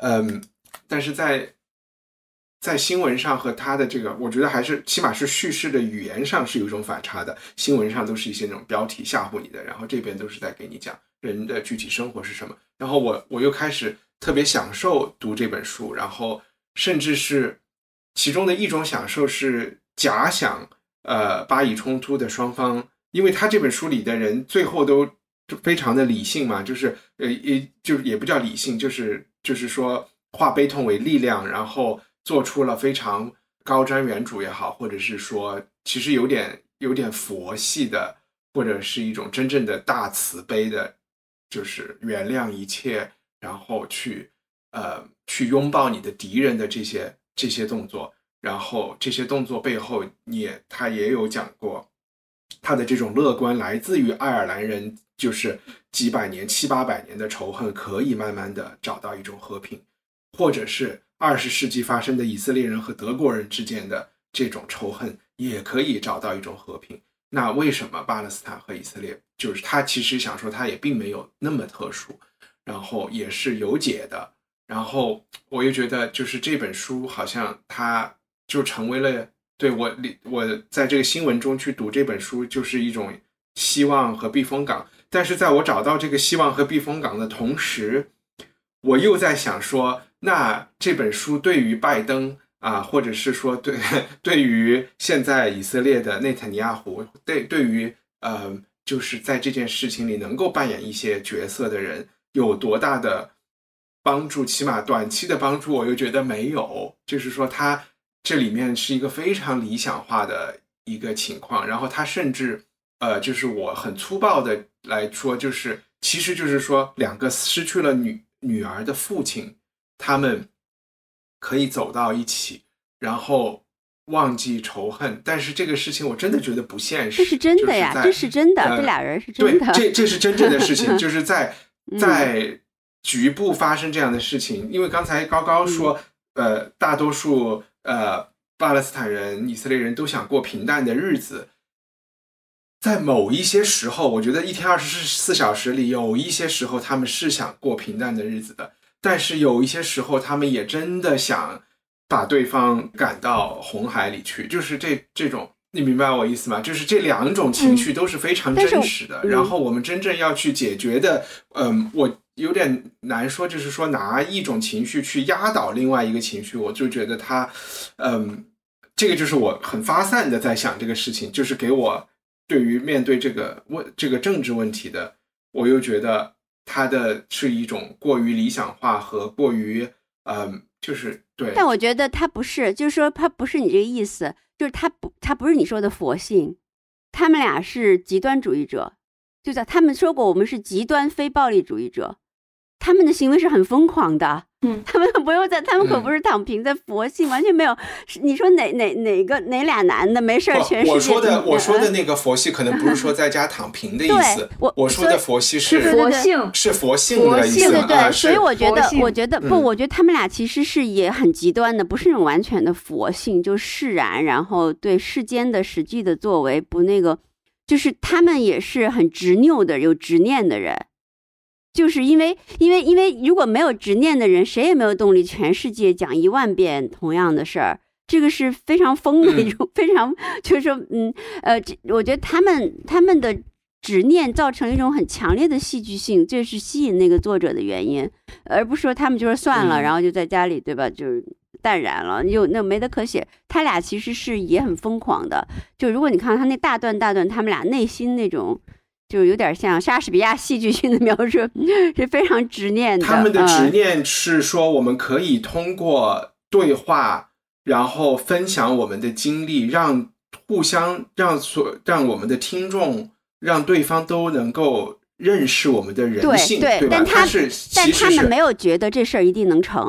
[SPEAKER 2] 在新闻上和他的这个，我觉得还是起码是叙事的语言上是有一种反差的。新闻上都是一些那种标题吓唬你的，然后这边都是在给你讲人的具体生活是什么。然后我又开始特别享受读这本书，然后甚至是其中的一种享受是假想巴以冲突的双方，因为他这本书里的人最后都非常的理性嘛，就是也不叫理性，就是说化悲痛为力量，然后做出了非常高瞻远瞩也好，或者是说其实有点佛系的，或者是一种真正的大慈悲的，就是原谅一切，然后去拥抱你的敌人的这些动作。然后这些动作背后他也有讲过他的这种乐观来自于爱尔兰人就是几百年700-800年的仇恨可以慢慢的找到一种和平，或者是20世纪发生的以色列人和德国人之间的这种仇恨也可以找到一种和平。那为什么巴勒斯坦和以色列，就是他其实想说他也并没有那么特殊，然后也是有解的。然后我又觉得就是这本书好像它就成为了对我在这个新闻中去读这本书就是一种希望和避风港。但是在我找到这个希望和避风港的同时，我又在想说，那这本书对于拜登或者是说对于现在以色列的内塔尼亚胡，对于就是在这件事情里能够扮演一些角色的人有多大的帮助，起码短期的帮助我又觉得没有。就是说他这里面是一个非常理想化的一个情况，然后他甚至就是我很粗暴的来说，就是其实就是说两个失去了女儿的父亲，他们可以走到一起，然后忘记仇恨。但是这个事情我真的觉得不现实。
[SPEAKER 4] 这是真的呀，这是真的，这俩人是真的。
[SPEAKER 2] 对，这是真正的事情，就是在局部发生这样的事情。因为刚才高说大多数巴勒斯坦人、以色列人都想过平淡的日子，在某一些时候，我觉得一天24小时里有一些时候他们是想过平淡的日子的，但是有一些时候他们也真的想把对方赶到红海里去，就是这种，你明白我意思吗？就是这两种情绪都是非常真实的，然后我们真正要去解决的我有点难说，就是说拿一种情绪去压倒另外一个情绪，我就觉得它这个就是我很发散的在想这个事情，就是给我对于面对这个政治问题的，我又觉得它的是一种过于理想化和过于就是对。
[SPEAKER 4] 但我觉得它不是，就是说它不是你这个意思，就是它不是你说的佛性，他们俩是极端主义者，就是他们说过我们是极端非暴力主义者，他们的行为是很疯狂的。他们不用他们可不是躺平在佛性，完全没有。你说哪俩男的没事全世界？
[SPEAKER 2] 我说的那个佛系可能不是说在家躺平的意思，我说的佛系是
[SPEAKER 3] 佛性，
[SPEAKER 2] 是佛性的意思。
[SPEAKER 4] 对，所以我觉得我觉得他们俩其实是也很极端的，不是那种完全的佛性，就释然，然后对世间的实际的作为不那个，就是他们也是很执拗的，有执念的人。就是因为如果没有执念的人，谁也没有动力全世界讲10000遍同样的事儿，这个是非常疯的一种，非常就是说我觉得他们的执念造成一种很强烈的戏剧性，这是吸引那个作者的原因，而不是说他们就是算了，然后就在家里对吧，就是淡然了，那没得可写。他俩其实是也很疯狂的，就如果你看他那大段他们俩内心那种。就有点像莎士比亚戏剧性的描述，是非常执念的。
[SPEAKER 2] 他们的执念是说，我们可以通过对话，然后分享我们的经历，让我们的听众，让对方都能够认识我们的人性，对吧？
[SPEAKER 4] 但他们没有觉得这事儿一定能成。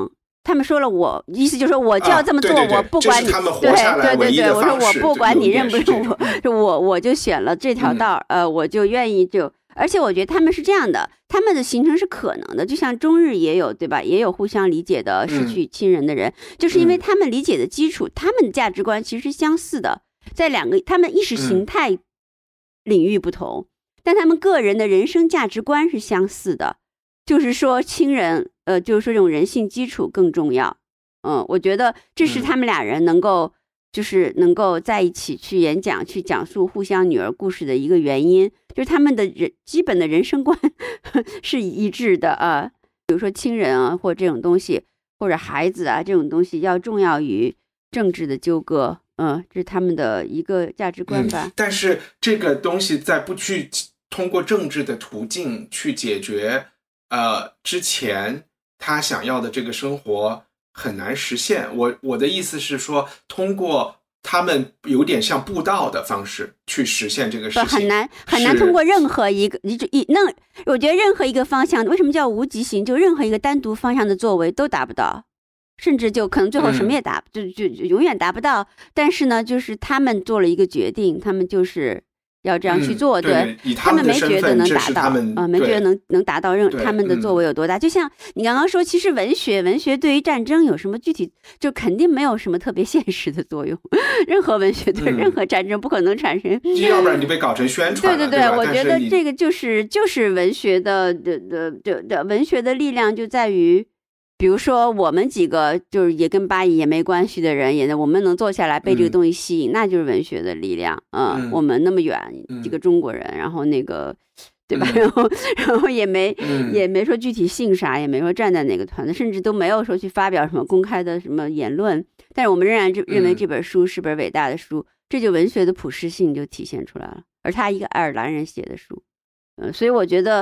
[SPEAKER 4] 他们说了我意思就是说我就要这么做，我不管你，对，我说我不管你认不认我就选了这条道，我就愿意就。而且我觉得他们是这样的，他们的形成是可能的，就像中日也有，对吧？也有互相理解的失去亲人的人，就是因为他们理解的基础，他们的价值观其实是相似的，在他们意识形态领域不同，但他们个人的人生价值观是相似的，就是说亲人，就是说这种人性基础更重要。我觉得这是他们俩人能够在一起去演讲，去讲述互相女儿故事的一个原因，就是他们的基本的人生观是一致的啊。比如说亲人啊，或这种东西，或者孩子啊这种东西，要重要于政治的纠葛。这是他们的一个价值观吧。
[SPEAKER 2] 但是这个东西在不去通过政治的途径去解决，之前他想要的这个生活很难实现。我的意思是说，通过他们有点像布道的方式去实现这个事情，
[SPEAKER 4] 很难通过任何一个我觉得任何一个方向，为什么叫无极性？就任何一个单独方向的作为都达不到，甚至就可能最后什么也就永远达不到。但是呢，就是他们做了一个决定，他们就是要这样去做，
[SPEAKER 2] 对，
[SPEAKER 4] 他们没觉得能达到没觉得能达到他们的作为有多大。就像你刚刚说，其实文学对于战争有什么具体，就肯定没有什么特别现实的作用。任何文学对任何战争不可能产生，
[SPEAKER 2] 要不然你被搞成宣传了。
[SPEAKER 4] 对，我觉得这个就是文学的文学的力量就在于。比如说我们几个就是也跟巴以也没关系的人，我们能坐下来被这个东西吸引，那就是文学的力量。我们那么远几个中国人，然后那个对吧？然后也没说具体姓啥，也没说站在哪个团队，甚至都没有说去发表什么公开的什么言论。但是我们仍然认为这本书是本伟大的书，这就文学的普适性就体现出来了。而他一个爱尔兰人写的书，所以我觉得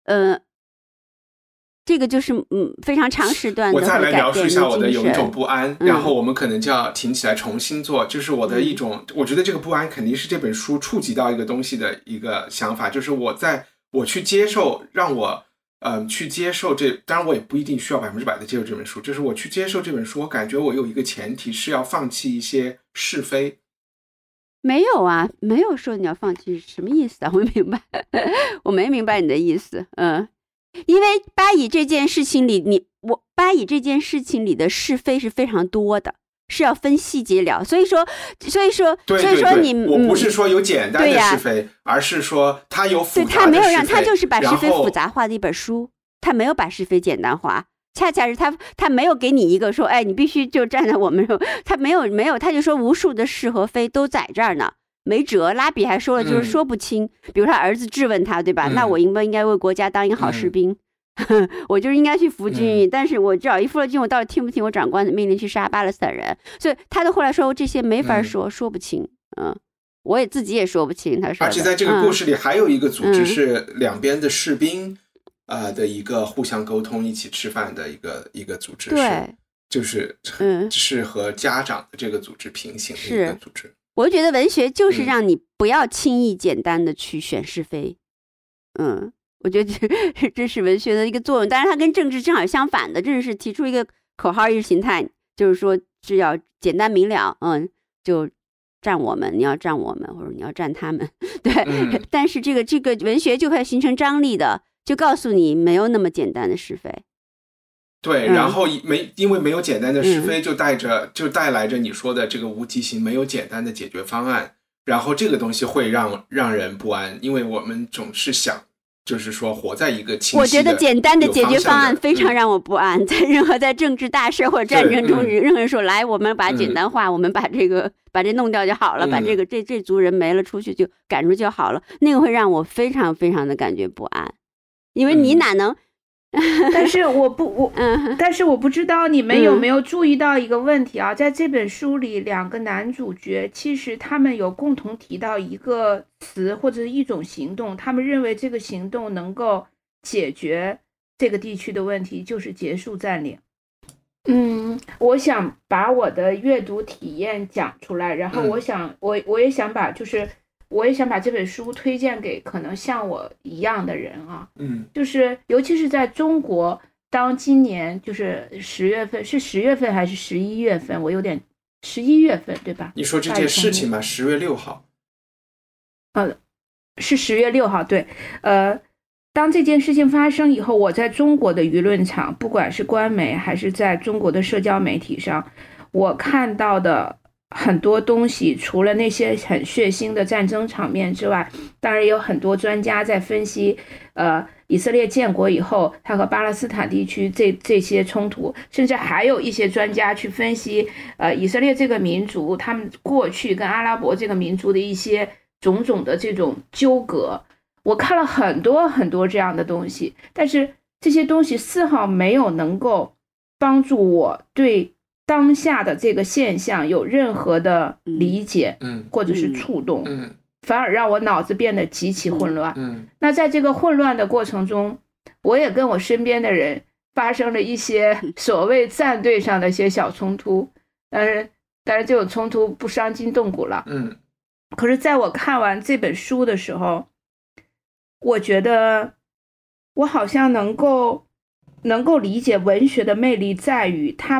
[SPEAKER 4] 这个就是非常长时段的。
[SPEAKER 2] 我再来描述一下我的有一种不安，然后我们可能就要停起来重新做。就是我的一种，我觉得这个不安肯定是这本书触及到一个东西的一个想法，就是我去接受，让我去接受当然我也不一定需要100%的接受这本书，就是我去接受这本书，我感觉我有一个前提是要放弃一些是非。
[SPEAKER 4] 没有啊，没有说你要放弃，什么意思啊？我没明白，我没明白你的意思。因为巴以这件事情里，巴以这件事情里的是非是非常多的，是要分细节聊。所以说你
[SPEAKER 2] 我不是说有简单的是非，而是说他有复杂的是非。对，他
[SPEAKER 4] 没有他就是把是非复杂化的一本书，他没有把是非简单化。恰恰是他没有给你一个说，哎，你必须就站在我们说，他没有，他就说无数的是和非都在这儿呢。没辙，拉比还说了，就是说不清。比如他儿子质问他，对吧？那我应不应该为国家当一个好士兵？我就是应该去服军役，但是我只要一服了军，我到底听不听我长官的命令去杀巴勒斯坦人？所以他的后来说这些没法说不清。我也自己也说不清。他说，
[SPEAKER 2] 而且在这个故事里还有一个组织是两边的士兵的一个互相沟通、一起吃饭的一个组织，
[SPEAKER 4] 对，
[SPEAKER 2] 就是和家长的这个组织平行的一个组织。
[SPEAKER 4] 我觉得文学就是让你不要轻易简单的去选是非。我觉得这是文学的一个作用。当然它跟政治正好相反的，正是提出一个口号意识形态，就是说是要简单明了，就站我们，你要站我们，或者你要站他们。对，但是这个文学就会形成张力的，就告诉你没有那么简单的是非。
[SPEAKER 2] 对，然后因为没有简单的是非，就带来着你说的这个无极性，没有简单的解决方案，然后这个东西会让人不安，因为我们总是想，就是说活在一个清晰的、
[SPEAKER 4] 我觉得简单的解决方案非常让我不安。在政治大事或者战争中，任何人说来，我们把简单化，我们把这弄掉就好了，把这族人没了出去就赶出就好了，那个会让我非常非常的感觉不安，因为你哪能。
[SPEAKER 3] 但是我不知道你们有没有注意到一个问题啊，在这本书里两个男主角其实他们有共同提到一个词或者是一种行动，他们认为这个行动能够解决这个地区的问题，就是结束占领。我想把我的阅读体验讲出来，然后我也想把这本书推荐给可能像我一样的人啊，就是尤其是在中国， 当今年就是10月份，是10月份还是11月份？我有点11月份对吧？
[SPEAKER 2] 你说这件事情吗？10月6号。
[SPEAKER 3] 是10月6号，对。当这件事情发生以后，我在中国的舆论场，不管是官媒还是在中国的社交媒体上，我看到的很多东西，除了那些很血腥的战争场面之外，当然也有很多专家在分析以色列建国以后它和巴勒斯坦地区这些冲突，甚至还有一些专家去分析以色列这个民族他们过去跟阿拉伯这个民族的一些种种的这种纠葛。我看了很多很多这样的东西，但是这些东西丝毫没有能够帮助我对当下的这个现象有任何的理解或者是触动，反而让我脑子变得极其混乱。那在这个混乱的过程中，我也跟我身边的人发生了一些所谓战队上的一些小冲突，但是这种冲突不伤筋动骨了。可是在我看完这本书的时候，我觉得我好像能够理解文学的魅力在于它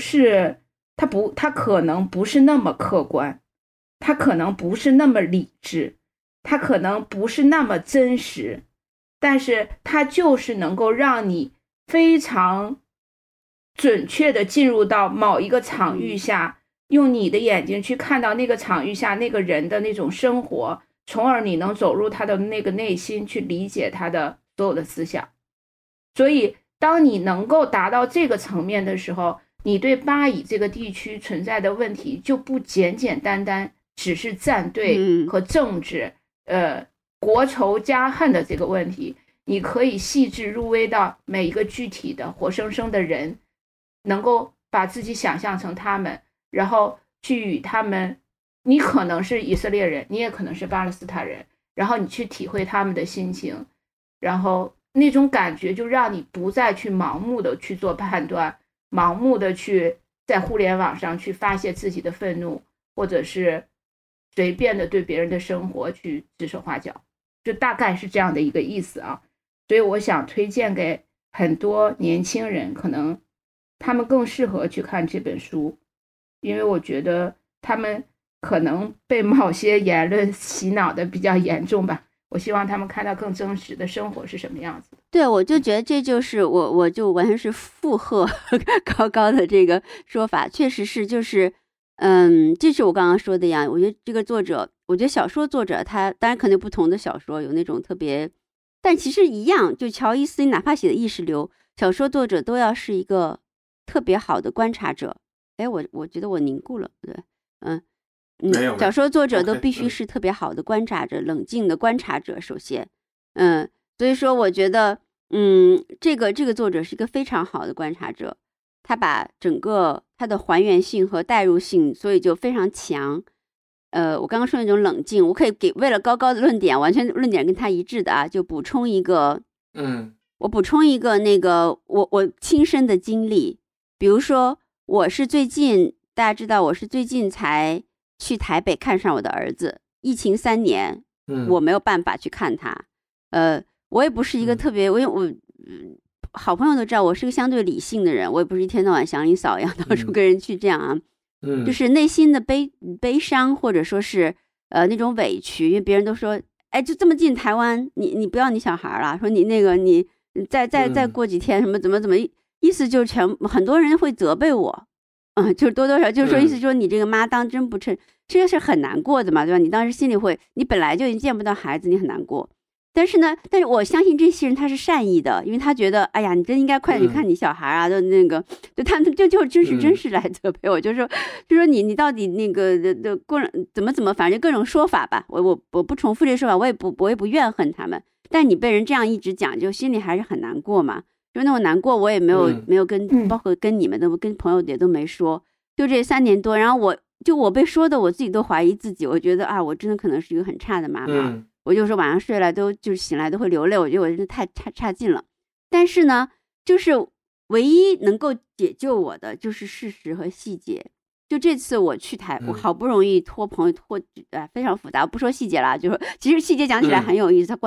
[SPEAKER 3] 可能不是那么客观，它可能不是那么理智，它可能不是那么真实，但是它就是能够让你非常准确地进入到某一个场域下，用你的眼睛去看到那个场域下那个人的那种生活，从而你能走入他的那个内心，去理解他的所有的思想。所以当你能够达到这个层面的时候，你对巴以这个地区存在的问题就不简简单单只是站队和政治国仇家恨的这个问题，你可以细致入微到每一个具体的活生生的人，能够把自己想象成他们，然后去与他们，你可能是以色列人，你也可能是巴勒斯坦人，然后你去体会他们的心情，然后那种感觉就让你不再去盲目的去做判断，盲目的去在互联网上去发泄自己的愤怒，或者是随便的对别人的生活去指手画脚，就大概是这样的一个意思啊。所以我想推荐给很多年轻人，可能他们更适合去看这本书，因为我觉得他们可能被某些言论洗脑的比较严重吧。我希望他们看到更真实的生活是什么样子的。
[SPEAKER 4] 对，我就觉得这就是我就完全是附和高高的这个说法，确实是就是这是我刚刚说的样。我觉得这个作者，我觉得小说作者他当然可能不同的小说有那种特别，但其实一样，就乔伊斯哪怕写的意识流，小说作者都要是一个特别好的观察者。哎，我觉得我凝固了，对，小说作者都必须是特别好的观察者，冷静的观察者。首先，所以说我觉得，这个作者是一个非常好的观察者，他把整个他的还原性和代入性，所以就非常强。我刚刚说那种冷静，我可以为了高高的论点，完全论点跟他一致的啊，就补充一个，我补充一个那个我亲身的经历，比如说大家知道我是最近才去台北看上我的儿子，疫情3年，我没有办法去看他。我也不是一个特别，因为我好朋友都知道我是个相对理性的人，我也不是一天到晚祥林嫂一样到处跟人去这样啊，就是内心的悲伤或者说是那种委屈，因为别人都说，哎，就这么近台湾，你不要你小孩了，说你那个你再过几天什么怎么，意思就是很多人会责备我。就是多少就是说意思说你这个妈当真不称，这个是很难过的嘛，对吧？你当时心里会，你本来就已经见不到孩子，你很难过。但是我相信这些人他是善意的，因为他觉得，哎呀，你真应该快点去看你小孩啊，就那个，就他们真是来责备我，就说你到底那个的怎么，反正各种说法吧，我不重复这说法，我也不怨恨他们，但你被人这样一直讲，就心里还是很难过嘛。就那种难过，我也没有跟，包括跟你们的，跟朋友也都没说。就这3年多，然后我被说的，我自己都怀疑自己。我觉得啊，我真的可能是一个很差的妈妈。我就说晚上睡了就是醒来都会流泪，我觉得我真的太差劲了。但是呢，就是唯一能够解救我的就是事实和细节。就这次我去我好不容易托朋友非常复杂，我不说细节了，就是其实细节讲起来很有意思，它关于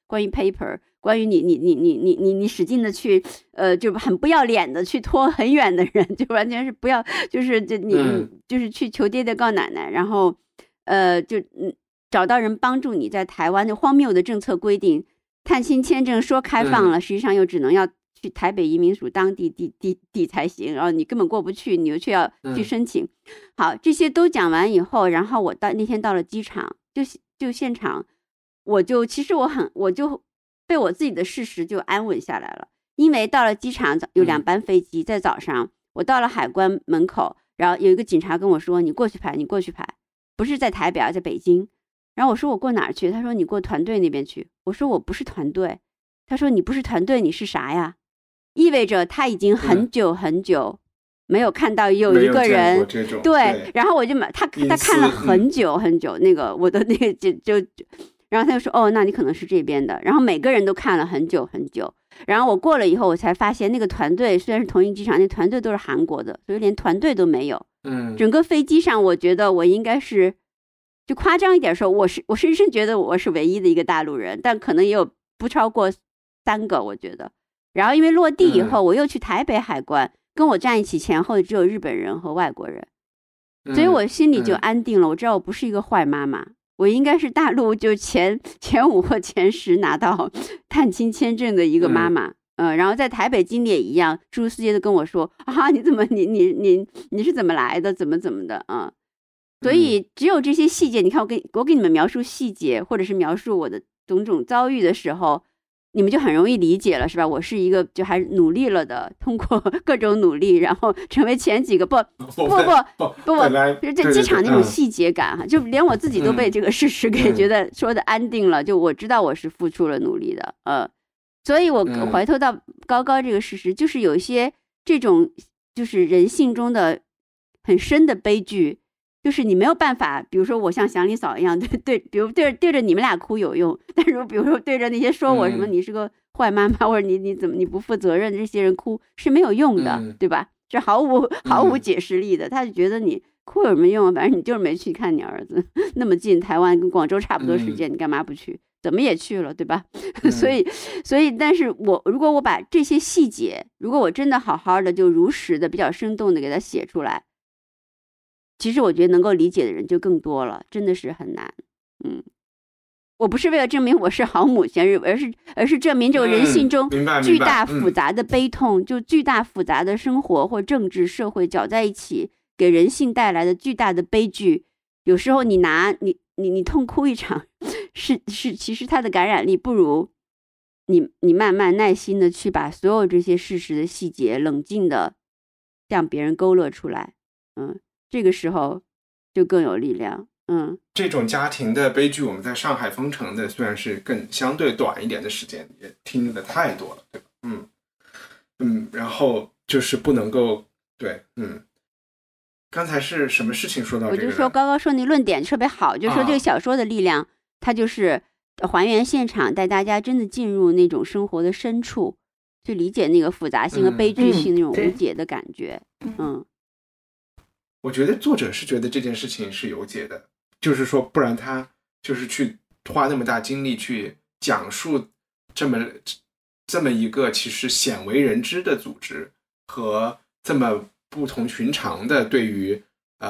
[SPEAKER 4] 关于 paper， 关于你使劲的去就很不要脸的去拖很远的人，就完全是不要，就是就是去求爹爹告奶奶，然后找到人帮助你在台湾的荒谬的政策规定，探亲签证说开放了，实际上又只能要去台北移民署当地才行，然后你根本过不去，你又却要去申请。好，这些都讲完以后，然后我那天到了机场，就现场，我就被我自己的事实就安稳下来了。因为到了机场有2班飞机，在早上我到了海关门口，然后有一个警察跟我说：“你过去排，不是在台北啊，在北京。”然后我说：“我过哪儿去？”他说：“你过团队那边去。”我说：“我不是团队。”他说：“你不是团队，你是啥呀？”意味着他已经很久很久没有看到有一个人，对，然后我就他看了很久很久，那个我的那个就，然后他就说：“哦，那你可能是这边的。”然后每个人都看了很久很久，然后我过了以后，我才发现那个团队虽然是同一机场，那团队都是韩国的，所以连团队都没有。整个飞机上，我觉得我应该是，就夸张一点说，我深深觉得我是唯一的一个大陆人，但可能也有不超过3个，我觉得。然后因为落地以后，我又去台北海关，跟我站一起前后只有日本人和外国人，所以我心里就安定了。我知道我不是一个坏妈妈，我应该是大陆就前5或前10拿到探亲签证的一个妈妈。然后在台北经历也一样，诸如此类的跟我说啊，你怎么你是怎么来的，怎么的啊？所以只有这些细节，你看我给你们描述细节，或者是描述我的种种遭遇的时候，你们就很容易理解了，是吧？我是一个就还努力了的，通过各种努力，然后成为前几个不，这机场那种细节感哈，就连我自己都被这个事实给觉得说的安定了，就我知道我是付出了努力的，所以我回头到高这个事实，就是有一些这种就是人性中的很深的悲剧。就是你没有办法，比如说我像祥林嫂一样，比如对着你们俩哭有用，但是比如说对着那些说我什么你是个坏妈妈，或者你怎么你不负责任的这些人哭是没有用的，对吧？是毫无解释力的。他就觉得你哭有什么用？反正你就是没去看你儿子，那么近，台湾跟广州差不多时间，你干嘛不去？怎么也去了，对吧？所以，但是如果我把这些细节，如果我真的好好的就如实的、比较生动的给它写出来。其实我觉得能够理解的人就更多了，真的是很难。我不是为了证明我是好母亲，而是证明这个人性中巨大复杂的悲痛，就巨大复杂的生活或政治社会搅在一起，给人性带来的巨大的悲剧。有时候你痛哭一场，是其实它的感染力不如你慢慢耐心的去把所有这些事实的细节冷静的向别人勾勒出来。这个时候就更有力量。
[SPEAKER 2] 这种家庭的悲剧，我们在上海封城的虽然是更相对短一点的时间，也听的太多了，对吧？然后就是不能够对，刚才是什么事情说到这个？
[SPEAKER 4] 我就说高说那论点特别好，就说这个小说的力量，它就是还原现场，带大家真的进入那种生活的深处，去理解那个复杂性和悲剧性那种无解的感觉。
[SPEAKER 2] 我觉得作者是觉得这件事情是有解的，就是说不然他就是去花那么大精力去讲述这么一个其实鲜为人知的组织和这么不同寻常的对于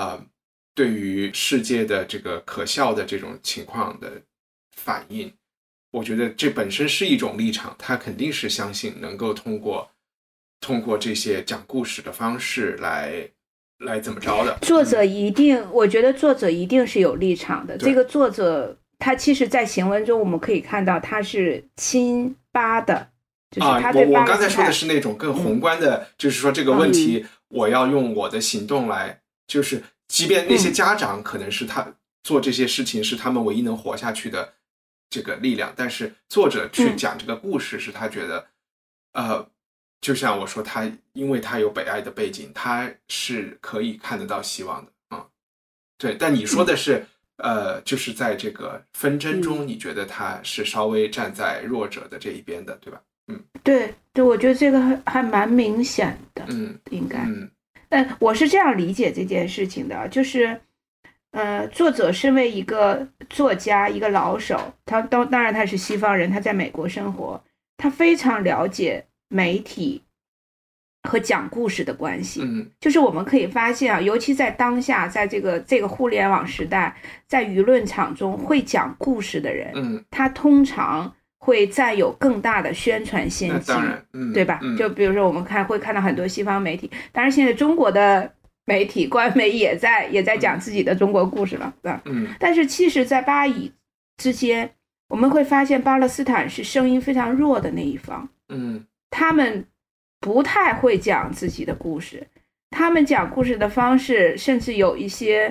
[SPEAKER 2] 世界的这个可笑的这种情况的反应。我觉得这本身是一种立场，他肯定是相信能够通过这些讲故事的方式来怎么着的。
[SPEAKER 3] 我觉得作者一定是有立场的。这个作者他其实在行文中我们可以看到他是亲巴的，就是他对巴
[SPEAKER 2] 我刚才说的是那种更宏观的，就是说这个问题我要用我的行动来，就是即便那些家长可能是他做这些事情是他们唯一能活下去的这个力量，但是作者去讲这个故事是他觉得就像我说因为他有北爱的背景，他是可以看得到希望的对，但你说的是就是在这个纷争中你觉得他是稍微站在弱者的这一边的，对吧？
[SPEAKER 3] 对，我觉得这个还蛮明显的。应该我是这样理解这件事情的，就是作者身为一个作家，一个老手，当然他是西方人，他在美国生活，他非常了解媒体和讲故事的关系。就是我们可以发现啊，尤其在当下，在这个互联网时代，在舆论场中会讲故事的人，他通常会占有更大的宣传先机，对吧？就比如说我们会看到很多西方媒体，当然现在中国的媒体官媒也在讲自己的中国故事了，但是其实在巴以之间，我们会发现巴勒斯坦是声音非常弱的那一方，他们不太会讲自己的故事，他们讲故事的方式甚至有一些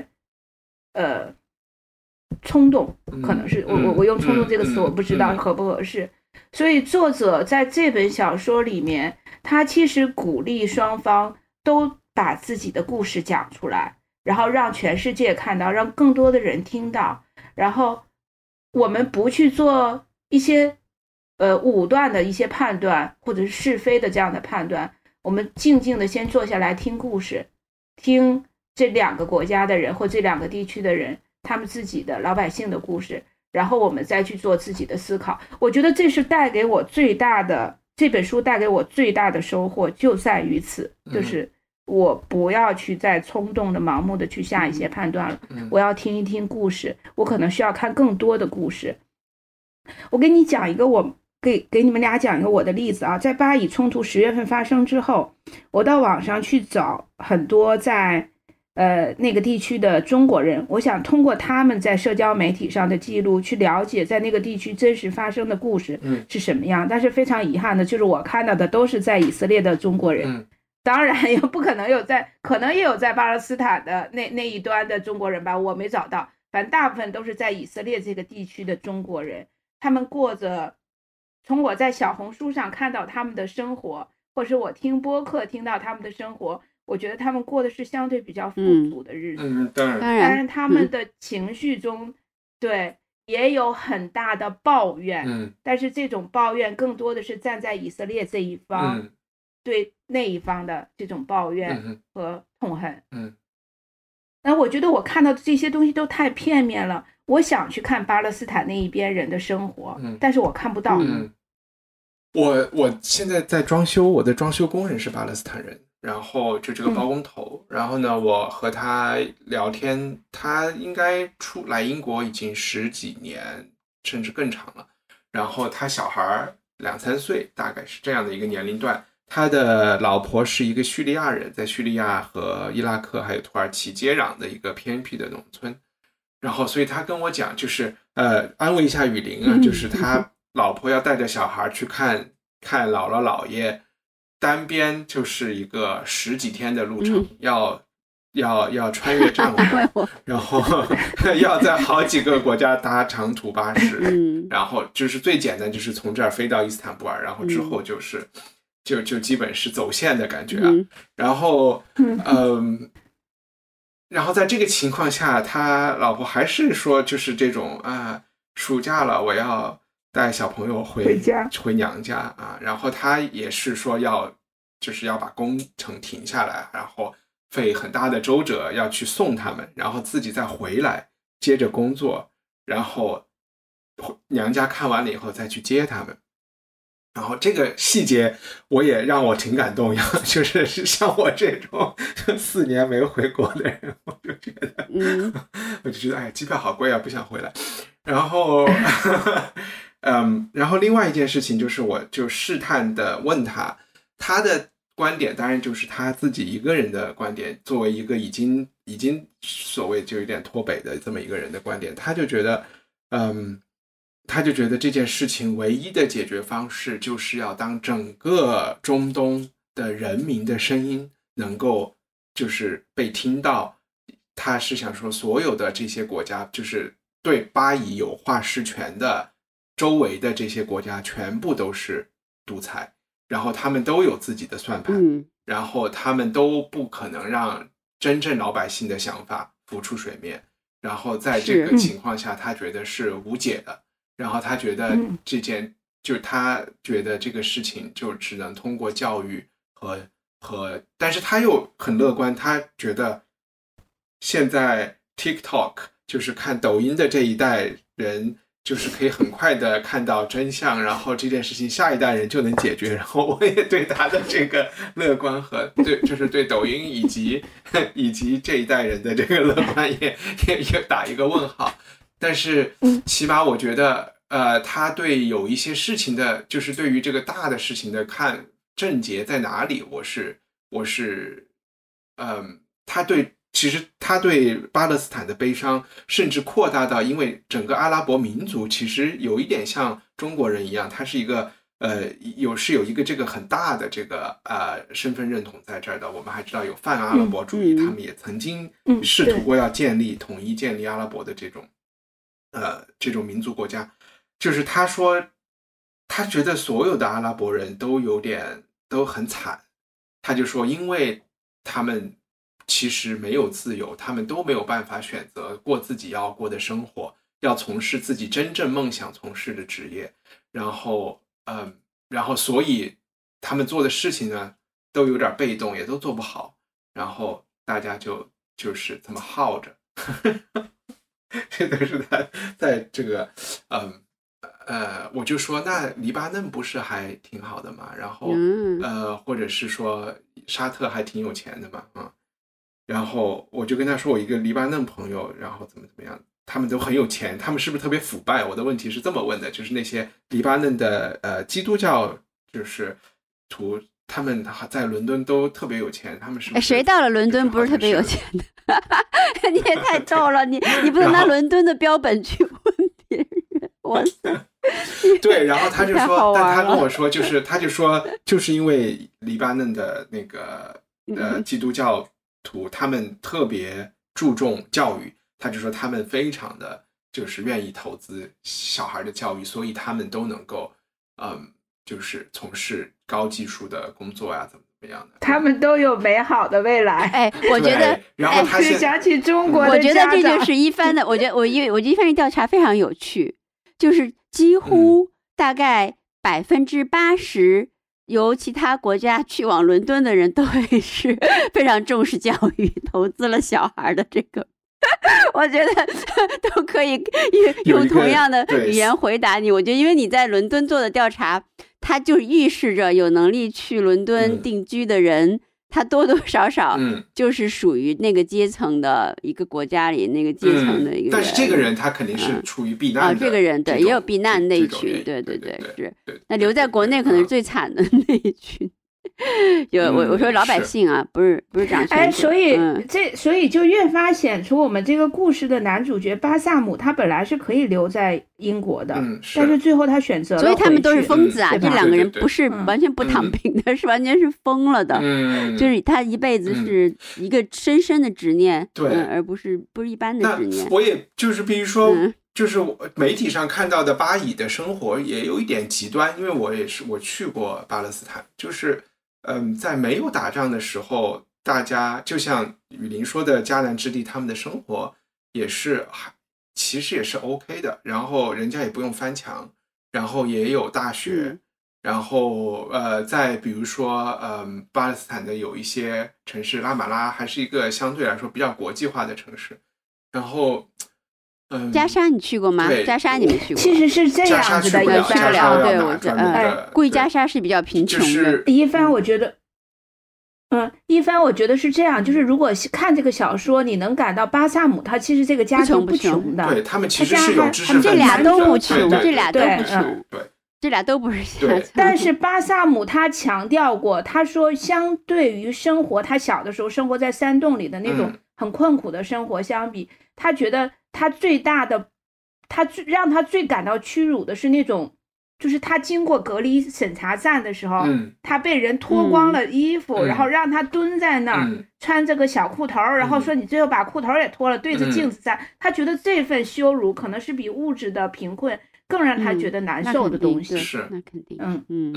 [SPEAKER 3] 冲动，可能是我用冲动这个词我不知道合不合适。所以作者在这本小说里面，他其实鼓励双方都把自己的故事讲出来，然后让全世界看到，让更多的人听到，然后我们不去做一些武断的一些判断，或者是是非的这样的判断，我们静静的先坐下来听故事，听这两个国家的人或这两个地区的人他们自己的老百姓的故事，然后我们再去做自己的思考。我觉得这是带给我最大的，这本书带给我最大的收获就在于此，就是我不要去再冲动的盲目的去下一些判断了，我要听一听故事，我可能需要看更多的故事。我给你讲一个，我给你们俩讲一个我的例子啊。在巴以冲突10月份发生之后，我到网上去找很多在那个地区的中国人，我想通过他们在社交媒体上的记录去了解在那个地区真实发生的故事是什么样。但是非常遗憾的就是我看到的都是在以色列的中国人，当然也不可能有可能也有在巴勒斯坦的那一端的中国人吧，我没找到，反正大部分都是在以色列这个地区的中国人。他们过着从我在小红书上看到他们的生活，或者是我听播客听到他们的生活，我觉得他们过的是相对比较富足的日子。
[SPEAKER 2] 当
[SPEAKER 3] 然他们的情绪中对也有很大的抱怨，但是这种抱怨更多的是站在以色列这一方，对那一方的这种抱怨和痛恨。那我觉得我看到的这些东西都太片面了，我想去看巴勒斯坦那一边人的生活，但是我看不到。
[SPEAKER 2] 我现在在装修，我的装修工人是巴勒斯坦人，然后就这个包工头，然后呢我和他聊天，他应该来英国已经10几年甚至更长了，然后他小孩2-3岁，大概是这样的一个年龄段。他的老婆是一个叙利亚人，在叙利亚和伊拉克还有土耳其接壤的一个偏僻的农村，然后所以他跟我讲，就是安慰一下雨林啊，就是他老婆要带着小孩去看姥姥姥爷，单边就是一个10几天的路程，要穿越障碍，然后要在好几个国家搭长途巴士，然后就是最简单就是从这儿飞到伊斯坦布尔，然后之后就是就基本是走线的感觉啊。然后然后在这个情况下，他老婆还是说就是这种暑假了我要带小朋友回娘家啊，然后他也是说就是要把工程停下来，然后费很大的周折要去送他们，然后自己再回来接着工作，然后娘家看完了以后再去接他们。然后这个细节我也让我挺感动，就是像我这种4年没回国的人，我就觉得哎，机票好贵啊，不想回来。然后然后另外一件事情就是我就试探的问他的观点，当然就是他自己一个人的观点，作为一个已经所谓就有点脱北的这么一个人的观点，他就觉得这件事情唯一的解决方式就是要当整个中东的人民的声音能够就是被听到，他是想说所有的这些国家，就是对巴以有话事权的周围的这些国家全部都是独裁，然后他们都有自己的算盘，然后他们都不可能让真正老百姓的想法浮出水面，然后在这个情况下他觉得是无解的，然后他觉得就他觉得这个事情就只能通过教育但是他又很乐观，他觉得现在 TikTok， 就是看抖音的这一代人，就是可以很快的看到真相，然后这件事情下一代人就能解决。然后我也对他的这个乐观和就是对抖音以及这一代人的这个乐观也打一个问号。但是起码我觉得他对有一些事情的，就是对于这个大的事情的看症结在哪里，我是其实他对巴勒斯坦的悲伤甚至扩大到，因为整个阿拉伯民族其实有一点像中国人一样，他是一个有一个这个很大的这个身份认同在这儿的。我们还知道有泛阿拉伯主义，他们也曾经试图过要统一建立阿拉伯的这种民族国家。就是他说他觉得所有的阿拉伯人都很惨，他就说因为他们其实没有自由，他们都没有办法选择过自己要过的生活，要从事自己真正梦想从事的职业，然后所以他们做的事情呢都有点被动，也都做不好，然后大家就是这么耗着这都是他在这个我就说那黎巴嫩不是还挺好的嘛，然后或者是说沙特还挺有钱的嘛然后我就跟他说我一个黎巴嫩朋友，然后怎么样，他们都很有钱，他们是不是特别腐败？我的问题是这么问的，就是那些黎巴嫩的基督教就是他们在伦敦都特别有钱，他们是不是
[SPEAKER 4] 谁到了伦敦不是特别有钱的？你也太逗了，你不能拿伦敦的标本去问别人。我
[SPEAKER 2] 对，然后他就说，但他跟我说，他就说，就是因为黎巴嫩的那个基督教徒，他们特别注重教育，他就说他们非常的就是愿意投资小孩的教育，所以他们都能够就是从事高技术的工作呀，怎么样的，
[SPEAKER 3] 他们都有美好的未来。
[SPEAKER 4] 我觉得，
[SPEAKER 2] 然后他
[SPEAKER 3] 想起中国的
[SPEAKER 4] 我觉得这就是一番的，我觉得一番的调查非常有趣，就是几乎大概80%由其他国家去往伦敦的人都会是非常重视教育，投资了小孩的这个。我觉得都可以用同样的语言回答你。我觉得因为你在伦敦做的调查，它就预示着有能力去伦敦定居的人，他多多少少就是属于那个阶层的一个国家里那个阶层的一个人。
[SPEAKER 2] 但是这个人他肯定是处于避难的
[SPEAKER 4] 这个人对，也有避难那一群，对是。那留在国内可能是最惨的那一群。我说老百姓啊，不是掌权者。
[SPEAKER 3] 所以就越发显出我们这个故事的男主角巴萨姆，他本来是可以留在英国的，但是最后他选择了回去。
[SPEAKER 4] 所以他们都是疯子啊，这两个人不是完全不躺平的，是完全是疯了的。就是他一辈子是一个深深的执念，而不是一般的执念。
[SPEAKER 2] 我也就是比如说。就是媒体上看到的巴以的生活也有一点极端，因为我去过巴勒斯坦，就是在没有打仗的时候，大家就像雨林说的迦南之地，他们的生活其实也是 OK 的，然后人家也不用翻墙，然后也有大学，然后在比如说巴勒斯坦的有一些城市，拉玛拉还是一个相对来说比较国际化的城市，然后
[SPEAKER 4] 加沙你去过吗？加沙你没去过。
[SPEAKER 3] 其实是这样子的，
[SPEAKER 2] 加
[SPEAKER 4] 沙对，我估计加沙是比较贫穷的。
[SPEAKER 3] 一帆我觉得是这样，就是如果看这个小说，你能感到巴萨姆他其实这个家庭不穷的，
[SPEAKER 2] 对，他们其实是有知识分子的，
[SPEAKER 4] 这俩都不穷，这俩都不穷，这俩都不是下层。
[SPEAKER 3] 但是巴萨姆他强调过，他说相对于生活，他小的时候生活在山洞里的那种很困苦的生活相比，他觉得他让他最感到屈辱的是那种，就是他经过隔离审查站的时候，他被人脱光了衣服，然后让他蹲在那儿，穿这个小裤头，然后说你最后把裤头也脱了，对着镜子站。他觉得这份羞辱可能是比物质的贫困更让他觉得难受的东西。
[SPEAKER 2] 是，
[SPEAKER 4] 那肯定。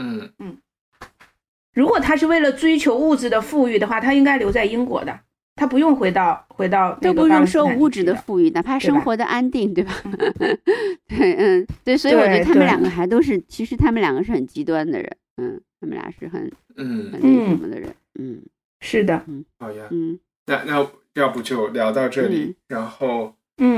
[SPEAKER 3] 如果他是为了追求物质的富裕的话，他应该留在英国的。他不用回到
[SPEAKER 4] 都不用说物质的富裕，哪怕生活的安定，对吧？对，对，所以我觉得他们两个还都是，其实他们两个是很极端的人，他们俩是很那什么的人，
[SPEAKER 3] 是的，
[SPEAKER 2] 好呀，那要不就聊到这里，然后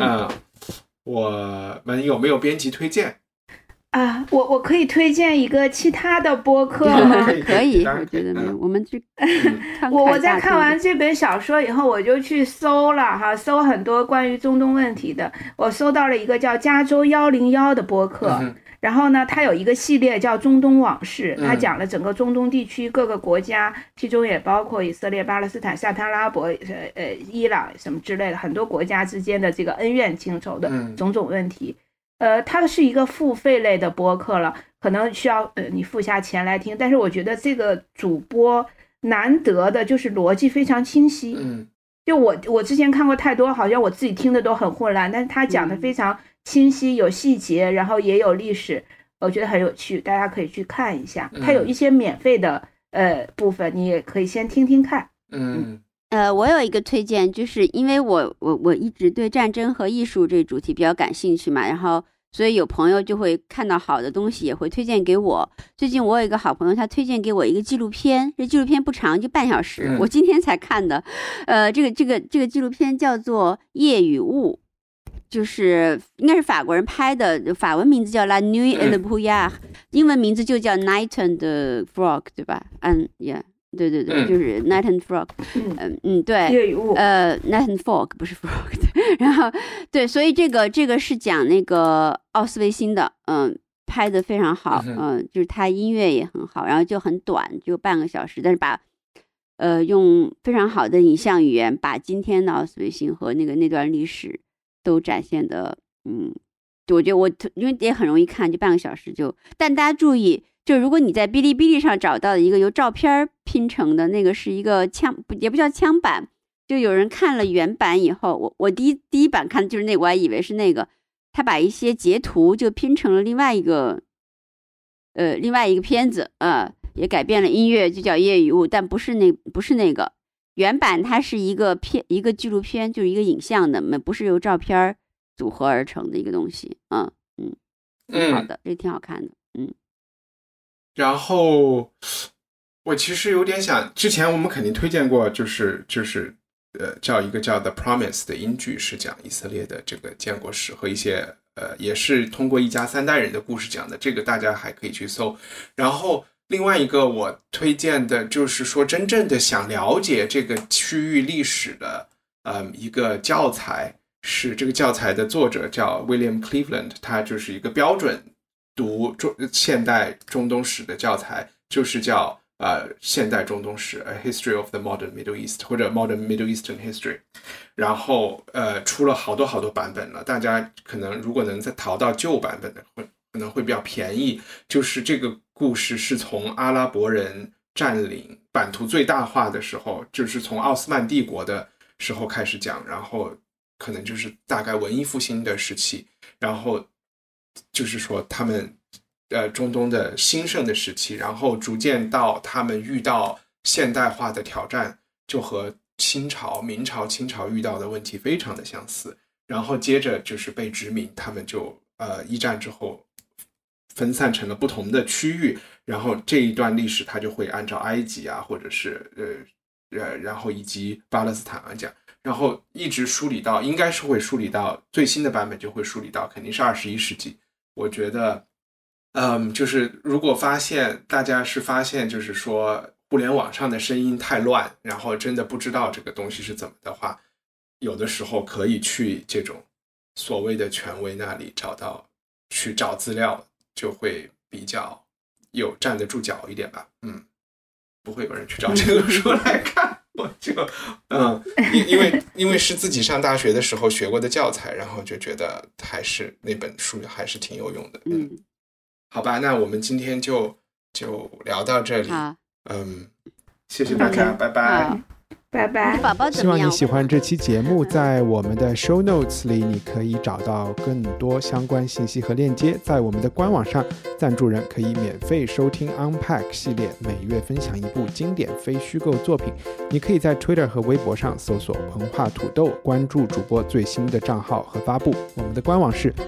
[SPEAKER 2] 我们有没有编辑推荐
[SPEAKER 3] 啊？我可以推荐一个其他的播客吗？
[SPEAKER 4] 可以，我觉得没有。我们去
[SPEAKER 3] 我在看完这本小说以后，我就去搜了哈，搜很多关于中东问题的。我搜到了一个叫加州101的播客，然后呢，它有一个系列叫中东往事，它讲了整个中东地区各个国家，其中也包括以色列、巴勒斯坦、沙特阿拉伯、伊朗什么之类的很多国家之间的这个恩怨情仇的种种问题。它是一个付费类的播客了，可能需要你付下钱来听，但是我觉得这个主播难得的就是逻辑非常清晰。就我之前看过太多，好像我自己听的都很混乱，但是他讲的非常清晰，有细节，然后也有历史，我觉得很有趣，大家可以去看一下。它有一些免费的部分，你也可以先听听看。
[SPEAKER 4] 我有一个推荐，就是因为我一直对战争和艺术这主题比较感兴趣嘛，然后所以有朋友就会看到好的东西也会推荐给我。最近我有一个好朋友，他推荐给我一个纪录片，这纪录片不长，就半小时，我今天才看的。这个纪录片叫做《夜与雾》，就是应该是法国人拍的，法文名字叫 La Nuit et le Brouillard， 英文名字就叫 Night and Frog， 对吧？Yeah。对，就是 Night and Frog， 对，
[SPEAKER 3] 夜与雾
[SPEAKER 4] ，Night and Fog 不是 Frog， 然后对，所以这个是讲那个奥斯维辛的，拍的非常好，就是他音乐也很好，然后就很短，就半个小时，但是把用非常好的影像语言把今天的奥斯维辛和那段历史都展现的，我觉得因为也很容易看，就半个小时就，但大家注意。就如果你在哔哩哔哩上找到的一个由照片拼成的那个是一个也不叫枪版，就有人看了原版以后，我第一版看的就是那个，我还以为是那个，他把一些截图就拼成了另外一个片子，也改变了音乐，就叫夜与雾，但不是那个原版，它是一个纪录片，就是一个影像的，不是由照片组合而成的一个东西，挺好的，这挺好看的，
[SPEAKER 2] 然后我其实有点想，之前我们肯定推荐过，就是叫一个叫 The Promise 的英剧，是讲以色列的这个建国史和一些也是通过一家3代人的故事讲的，这个大家还可以去搜。然后另外一个我推荐的就是说真正的想了解这个区域历史的一个教材，是这个教材的作者叫 William Cleveland， 他就是一个标准读现代中东史的教材，就是叫现代中东史 A History of the Modern Middle East 或者 Modern Middle Eastern History， 然后出了好多版本了，大家可能如果能再淘到旧版本的可能会比较便宜。就是这个故事是从阿拉伯人占领版图最大化的时候，就是从奥斯曼帝国的时候开始讲，然后可能就是大概文艺复兴的时期，然后就是说他们中东的兴盛的时期，然后逐渐到他们遇到现代化的挑战，就和清朝、明朝、清朝遇到的问题非常的相似。然后接着就是被殖民，他们就一战之后分散成了不同的区域，然后这一段历史它就会按照埃及啊，或者是然后以及巴勒斯坦讲，然后一直梳理到，应该是会梳理到最新的版本，就会梳理到肯定是21世纪。我觉得就是如果大家是发现就是说互联网上的声音太乱，然后真的不知道这个东西是怎么的话，有的时候可以去这种所谓的权威那里去找资料，就会比较有站得住脚一点吧。不会有人去找这个书来看，我就因为是自己上大学的时候学过的教材，然后就觉得还是那本书还是挺有用的。好吧，那我们今天就聊到这里。谢谢大家，拜拜。
[SPEAKER 3] 拜拜。
[SPEAKER 7] 希望你喜欢这期节目，在我们的 show notes 里你可以找到更多相关信息和链接。在我们的官网上，赞助人可以免费收听 Unpack 系列，每月分享一部经典非虚构作品。你可以在 Twitter 和微博上搜索文化土豆，关注主播最新的账号和发布。我们的官网是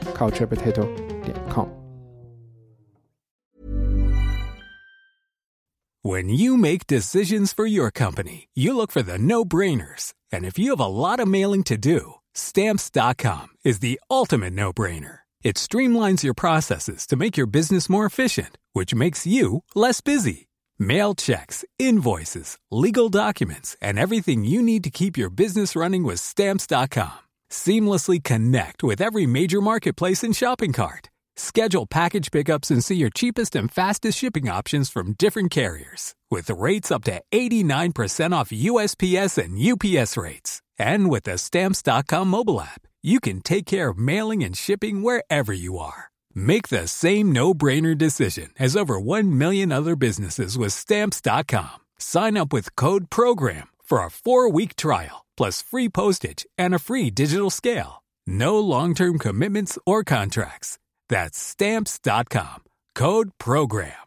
[SPEAKER 8] culturepotato.com。When you make decisions for your company, you look for the no-brainers. And if you have a lot of mailing to do, Stamps.com is the ultimate no-brainer. It streamlines your processes to make your business more efficient, which makes you less busy. Mail checks, invoices, legal documents, and everything you need to keep your business running with Stamps.com. Seamlessly connect with every major marketplace and shopping cart. Schedule package pickups and see your cheapest and fastest shipping options from different carriers, with rates up to 89% off USPS and UPS rates. And with the Stamps.com mobile app, you can take care of mailing and shipping wherever you are. Make the same no-brainer decision as over 1 million other businesses with Stamps.com. Sign up with code PROGRAM for a 4-week trial, plus free postage and a free digital scale. No long-term commitments or contracts. That's Stamps.com. Code PROGRAM.